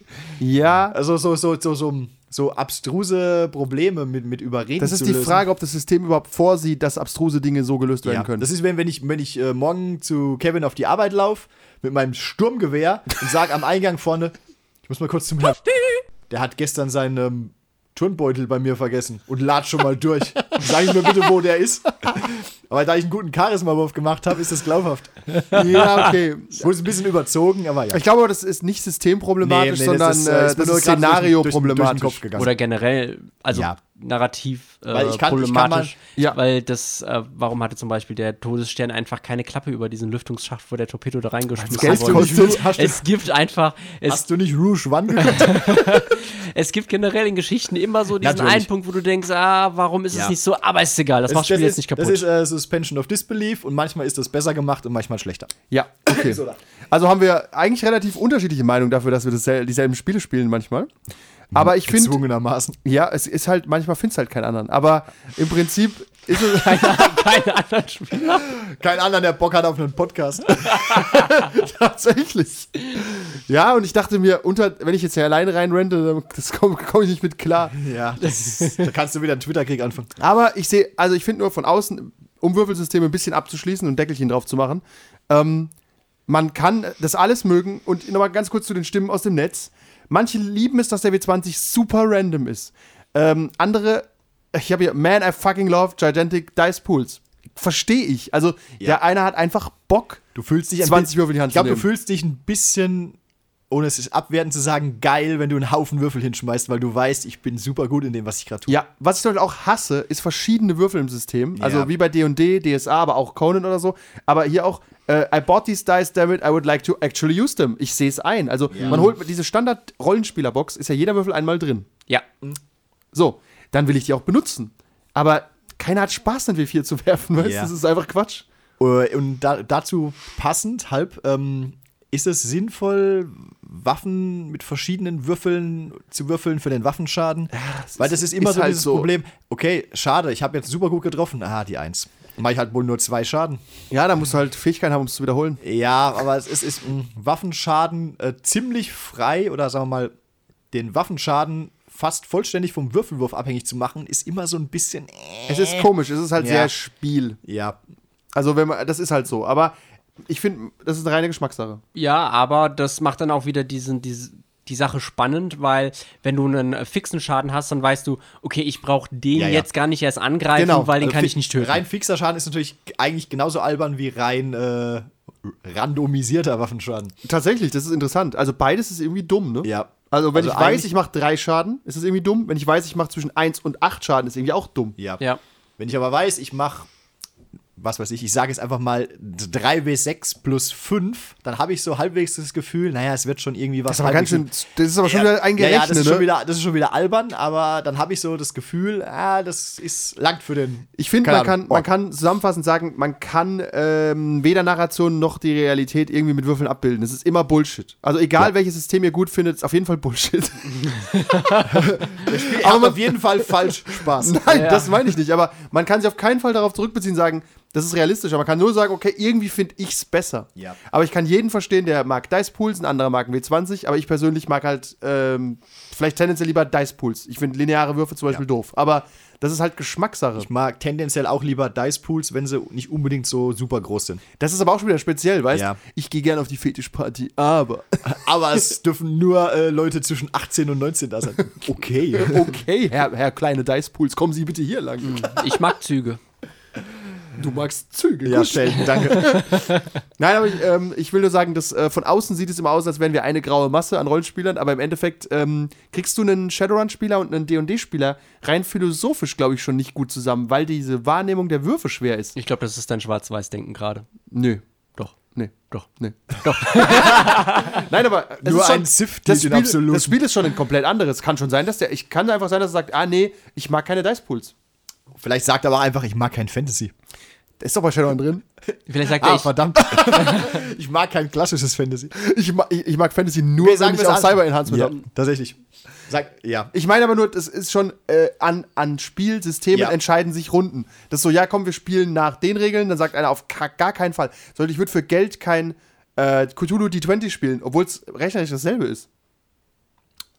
Ja, Also so abstruse Probleme mit Überreden das ist zu die lösen. Frage, ob das System überhaupt vorsieht, dass abstruse Dinge so gelöst werden Ja, können. das ist, wenn ich morgen zu Kevin auf die Arbeit laufe mit meinem Sturmgewehr und sage am Eingang vorne, ich muss mal kurz zum Herrn. Der hat gestern seinen Turnbeutel bei mir vergessen und lad schon mal durch. Sag ich mir bitte, wo der ist. Aber da ich einen guten Charisma-Wurf gemacht habe, ist das glaubhaft. Ja, okay. Wurde ein bisschen überzogen, aber ja. Ich glaube, das ist nicht systemproblematisch, Nee, sondern ist das mir nur ist grad durch den Szenario-problematisch. Kopf gegangen. Oder generell, also Ja. narrativ Weil ich kann problematisch, ja. weil das, warum hatte zum Beispiel der Todesstern einfach keine Klappe über diesen Lüftungsschacht, wo der Torpedo da reingeschmissen Geld wurde? kostet. Es gibt einfach, Hast du nicht Rouge One geguckt? es gibt generell in Geschichten immer so diesen Natürlich. einen Punkt, wo du denkst, warum ist Ja. es nicht so, aber ist egal, das macht das Spiel jetzt nicht kaputt. Das ist Suspension of Disbelief und manchmal ist das besser gemacht und manchmal schlechter. Ja, okay. So da. Also haben wir eigentlich relativ unterschiedliche Meinungen dafür, dass wir dieselben Spiele spielen manchmal. Aber ich finde, Gezwungenermaßen. ja, es ist halt, manchmal findest du halt keinen anderen. Aber im Prinzip ist es Keine anderen Spieler. Kein anderer, der Bock hat auf einen Podcast. tatsächlich. Ja, und ich dachte mir, wenn ich jetzt hier alleine reinrente, dann komm ich nicht mit klar. Ja, da kannst du wieder einen Twitter-Krieg anfangen. Aber ich finde nur von außen, um Würfelsysteme ein bisschen abzuschließen und Deckelchen drauf zu machen, man kann das alles mögen. Und nochmal ganz kurz zu den Stimmen aus dem Netz. Manche lieben es, dass der W20 super random ist. Andere, ich habe hier, man, I fucking love gigantic dice pools. Verstehe ich. Also, der eine hat einfach Bock, Du fühlst dich 20 Würfel in die Hand Ich glaube, zu du nehmen. fühlst dich ein bisschen, ohne es ist abwertend zu sagen, geil, wenn du einen Haufen Würfel hinschmeißt, weil du weißt, ich bin super gut in dem, was ich gerade tue. Ja, was ich zum Beispiel auch hasse, ist verschiedene Würfel im System. Also Ja. wie bei D&D, DSA, aber auch Conan oder so. Aber hier auch, I bought these dice, damn it, I would like to actually use them. Ich sehe es ein. Also man holt diese Standard-Rollenspielerbox, ist ja jeder Würfel einmal drin. Ja, So, dann will ich die auch benutzen. Aber keiner hat Spaß, dann W4 zu werfen, weißt du? Ja. Das ist einfach Quatsch. Und dazu passend, ist es sinnvoll, Waffen mit verschiedenen Würfeln zu würfeln für den Waffenschaden? Weil das ist immer so halt dieses Problem. Okay, schade, ich habe jetzt super gut getroffen. Die 1. Mache ich halt wohl nur 2 Schaden. Ja, da musst du halt Fähigkeiten haben, um es zu wiederholen. Ja, aber es ist Waffenschaden ziemlich frei oder sagen wir mal, den Waffenschaden fast vollständig vom Würfelwurf abhängig zu machen, ist immer so ein bisschen. Es ist komisch, es ist halt Ja. sehr Spiel. Ja, Also das ist halt so. Aber ich finde, das ist eine reine Geschmackssache. ja, aber das macht dann auch wieder die Sache spannend, weil wenn du einen fixen Schaden hast, dann weißt du, okay, ich brauche den Ja, ja. jetzt gar nicht erst angreifen, Genau. weil den Also kann ich nicht töten. Rein fixer Schaden ist natürlich eigentlich genauso albern wie rein randomisierter Waffenschaden. Tatsächlich, das ist interessant. Also beides ist irgendwie dumm, ne? Ja. Also wenn Also ich weiß, eigentlich- ich mache 3 Schaden, ist das irgendwie dumm. Wenn ich weiß, ich mache zwischen 1 und 8 Schaden, ist irgendwie auch dumm. Ja. Ja. Wenn ich aber weiß, ich mache, was weiß ich sage jetzt einfach mal 3W6 plus 5, dann habe ich so halbwegs das Gefühl, naja, es wird schon irgendwie was. Das ist aber ganz halbwegs- schön, das ist aber schon wieder eingerechnet, ja, das ist ne? das ist schon wieder albern, aber dann habe ich so das Gefühl, das ist langt für den. Ich finde, keine man Ahnung, kann zusammenfassend sagen, man kann weder Narration noch die Realität irgendwie mit Würfeln abbilden. Das ist immer Bullshit. Also egal, welches System ihr gut findet, ist auf jeden Fall Bullshit. aber auf jeden Fall falsch Spaß. Nein, das meine ich nicht. Aber man kann sich auf keinen Fall darauf zurückbeziehen und sagen, das ist realistisch. Aber man kann nur sagen, okay, irgendwie finde ich es besser. Ja. Aber ich kann jeden verstehen, der mag Dice Pools, ein anderer mag einen W20. Aber ich persönlich mag halt vielleicht tendenziell lieber Dice Pools. Ich finde lineare Würfe zum Beispiel doof. Aber das ist halt Geschmackssache. Ich mag tendenziell auch lieber Dice Pools, wenn sie nicht unbedingt so super groß sind. Das ist aber auch schon wieder speziell, weißt du? Ja. Ich gehe gerne auf die Fetischparty, aber Aber es dürfen nur Leute zwischen 18 und 19 da sein. Okay. okay, Herr kleine Dice Pools, kommen Sie bitte hier lang. Ich mag Züge. Du magst Züge, Ja, gut. Sheldon, danke. Nein, aber ich will nur sagen, dass von außen sieht es immer aus, als wären wir eine graue Masse an Rollenspielern, aber im Endeffekt kriegst du einen Shadowrun-Spieler und einen D&D-Spieler rein philosophisch, glaube ich, schon nicht gut zusammen, weil diese Wahrnehmung der Würfe schwer ist. Ich glaube, das ist dein Schwarz-Weiß-Denken gerade. Nö. Doch. Nee. Doch. Nee. Nein, aber es Nur ist schon, ein Sith das in Spiel, Absoluten. das Spiel ist schon ein komplett anderes. Kann schon sein, kann einfach sein, dass er sagt, nee, ich mag keine Dice Pools. Vielleicht sagt er aber einfach, ich mag kein Fantasy. Da ist doch bei Shadowrun drin. Vielleicht sagt er, ich, verdammt. Ich mag kein klassisches Fantasy. Ich mag Fantasy nur, wenn ich auch Cyber-Enhancement Ja, habe. tatsächlich. Ja. Ich meine aber nur, das ist schon an Spielsystemen Ja. entscheiden sich Runden. Das ist so, ja komm, wir spielen nach den Regeln, dann sagt einer auf gar keinen Fall. Ich würde für Geld kein Cthulhu D20 spielen, obwohl es rechnerisch dasselbe ist.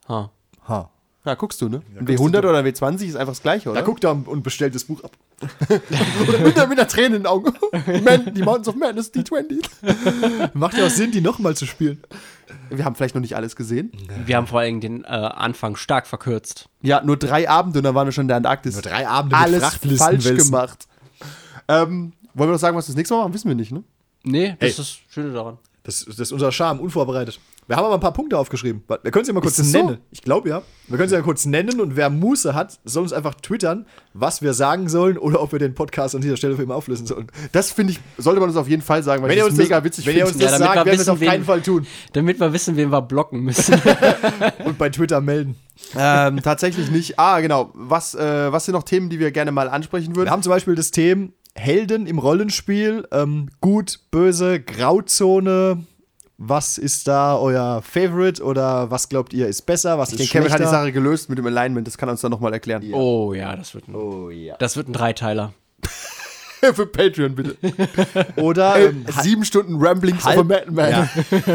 Ha. Ha. Ja, guckst du, ne? Ein W100 oder ein W20 ist einfach das Gleiche, oder? Da guckt er und bestellt das Buch ab. Oder mit einer Träne in den Augen. Die Mountains of Madness, D20. Macht ja auch Sinn, die nochmal zu spielen. Wir haben vielleicht noch nicht alles gesehen. Wir haben vor allem den Anfang stark verkürzt. Ja, nur 3 Abende und dann waren wir schon in der Antarktis. Nur 3 Abende mit Alles Frachtlisten falsch wälzen. gemacht. Wollen wir noch sagen, was wir das nächste Mal machen? Wissen wir nicht, ne? Nee, das Ey. ist das Schöne daran. Das ist unser Charme, unvorbereitet. Wir haben aber ein paar Punkte aufgeschrieben. Wir können sie mal kurz Ist das so? nennen. Ich glaube, ja. Wir können sie ja kurz nennen und wer Muße hat, soll uns einfach twittern, was wir sagen sollen oder ob wir den Podcast an dieser Stelle für immer auflösen sollen. Das finde ich, sollte man uns auf jeden Fall sagen, weil Wenn ich ihr das uns mega das, witzig wenn ihr finde. uns das Ja, damit sagt, wir werden wir es wissen, auf keinen wen- Fall tun Damit wir wissen, wen wir blocken müssen. und bei Twitter melden. Tatsächlich nicht. Genau. Was sind noch Themen, die wir gerne mal ansprechen würden? Wir haben zum Beispiel das Thema Helden im Rollenspiel, gut, böse, Grauzone. Was ist da euer Favorite oder was glaubt ihr ist besser, was ist Den Kevin schlechter? hat die Sache gelöst mit dem Alignment, das kann er uns dann nochmal erklären. Oh ja, das wird ein, Oh ja. das wird ein Dreiteiler. Für Patreon, bitte. Oder 7 Stunden Ramblings halb- of a Madman. Ja.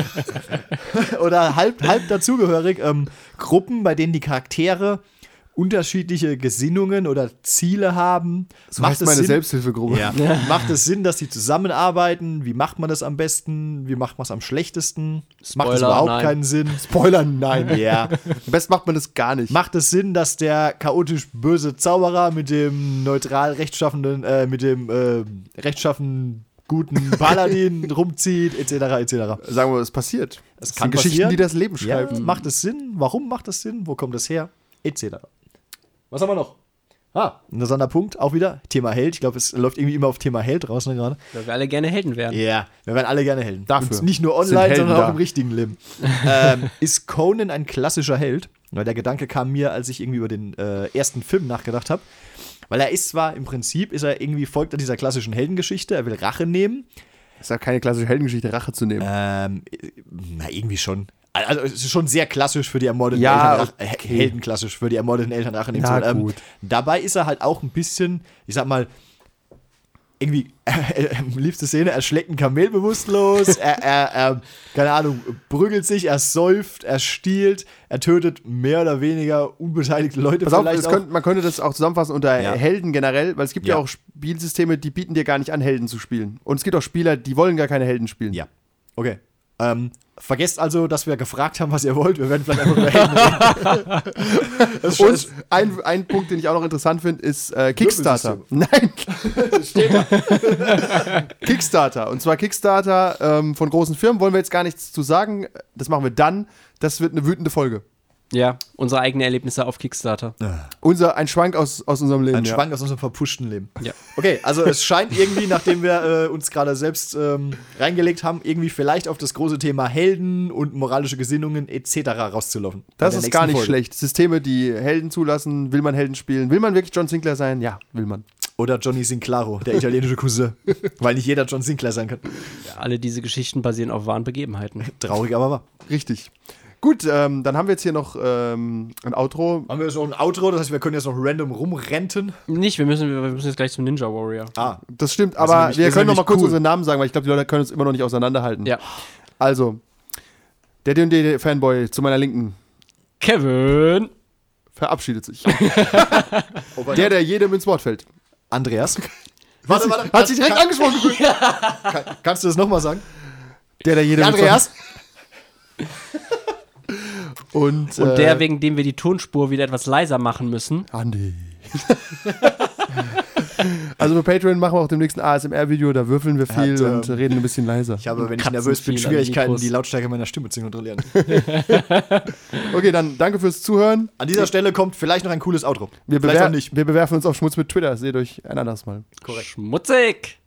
Oder halb dazugehörig, Gruppen, bei denen die Charaktere unterschiedliche Gesinnungen oder Ziele haben. So heißt meine Selbsthilfegruppe. Ja. Macht es Sinn, dass die zusammenarbeiten? Wie macht man das am besten? Wie macht man es am schlechtesten? Macht es Spoiler, überhaupt nein. keinen Sinn? Spoiler, nein. Ja. Am besten macht man das gar nicht. Macht es Sinn, dass der chaotisch böse Zauberer mit dem neutral rechtschaffenden, rechtschaffen guten Paladin rumzieht, etc., etc. Sagen wir, es passiert. Das kann sind Geschichten, passieren. die das Leben Ja, schreibt. macht es Sinn? Warum macht es Sinn? Wo kommt es her? Etc. Was haben wir noch? Ein interessanter Punkt, auch wieder, Thema Held. Ich glaube, es läuft irgendwie immer auf Thema Held raus, ne, gerade. Weil wir alle gerne Helden wären. Ja, wir werden alle gerne Helden. Dafür Und nicht nur sind online, Helden sondern da. auch im richtigen Leben. Ist Conan ein klassischer Held? Weil der Gedanke kam mir, als ich irgendwie über den ersten Film nachgedacht habe. Weil er ist zwar, im Prinzip, folgt er dieser klassischen Heldengeschichte, er will Rache nehmen. Es ist ja keine klassische Heldengeschichte, Rache zu nehmen. Na, irgendwie schon. Also, es ist schon sehr klassisch für die ermordeten Ja, Eltern. okay. Heldenklassisch für die ermordeten Eltern Rache nehmen Ja, zu wollen. gut. Dabei ist er halt auch ein bisschen, ich sag mal, irgendwie, liebste Szene, er schlägt ein Kamel bewusstlos, er keine Ahnung, prügelt sich, er säuft, er stiehlt, er tötet mehr oder weniger unbeteiligte Leute Pass auf, vielleicht auch. man könnte das auch zusammenfassen unter Ja. Helden generell, weil es gibt ja. Ja. auch Spielsysteme, die bieten dir gar nicht an, Helden zu spielen. Und es gibt auch Spieler, die wollen gar keine Helden spielen. Ja, okay. Vergesst also, dass wir gefragt haben, was ihr wollt. Wir werden vielleicht einfach über Helden reden. Das ist schon- Und ein Punkt, den ich auch noch interessant finde, ist Kickstarter. Nein! Kickstarter. Und zwar Kickstarter von großen Firmen wollen wir jetzt gar nichts zu sagen. Das machen wir dann. Das wird eine wütende Folge. Ja, unsere eigenen Erlebnisse auf Kickstarter. Ein Schwank aus unserem Leben. Ein Schwank aus unserem verpuschten Leben. Ja. Okay, also es scheint irgendwie, nachdem wir uns gerade selbst reingelegt haben, irgendwie vielleicht auf das große Thema Helden und moralische Gesinnungen etc. rauszulaufen. Bei Das der ist nächsten gar nicht Folge. schlecht. Systeme, die Helden zulassen. Will man Helden spielen? Will man wirklich John Sinclair sein? Ja, will man. Oder Johnny Sinclaro, der italienische Cousin. Weil nicht jeder John Sinclair sein kann. Alle diese Geschichten basieren auf wahren Begebenheiten. Traurig, aber wahr. Richtig. Gut, dann haben wir jetzt hier noch ein Outro. Haben wir jetzt noch ein Outro, das heißt, wir können jetzt noch random rumrenten. Nicht, wir müssen jetzt gleich zum Ninja Warrior. Das stimmt, ist aber nämlich- wir das ist können noch mal nämlich kurz cool. unsere Namen sagen, weil ich glaube, die Leute können uns immer noch nicht auseinanderhalten. Ja. Also, der D&D-Fanboy zu meiner Linken Kevin! verabschiedet sich. der jedem ins Wort fällt. Andreas. Warte. Hat sich direkt angesprochen gefühlt. Kannst du das nochmal sagen? Der jedem Andreas. Und Der, wegen dem wir die Tonspur wieder etwas leiser machen müssen. Andi. Also bei Patreon machen wir auch demnächst ein ASMR-Video, da würfeln wir viel hat, und reden ein bisschen leiser. Ich habe, wenn ich Katzen nervös bin, viel an Schwierigkeiten, Mikros. die Lautstärke meiner Stimme zu kontrollieren. Okay, dann danke fürs Zuhören. An dieser Stelle kommt vielleicht noch ein cooles Outro. Wir, vielleicht auch nicht. wir bewerfen uns auf Schmutz mit Twitter. Seht euch ein anderes Mal. Schmutzig!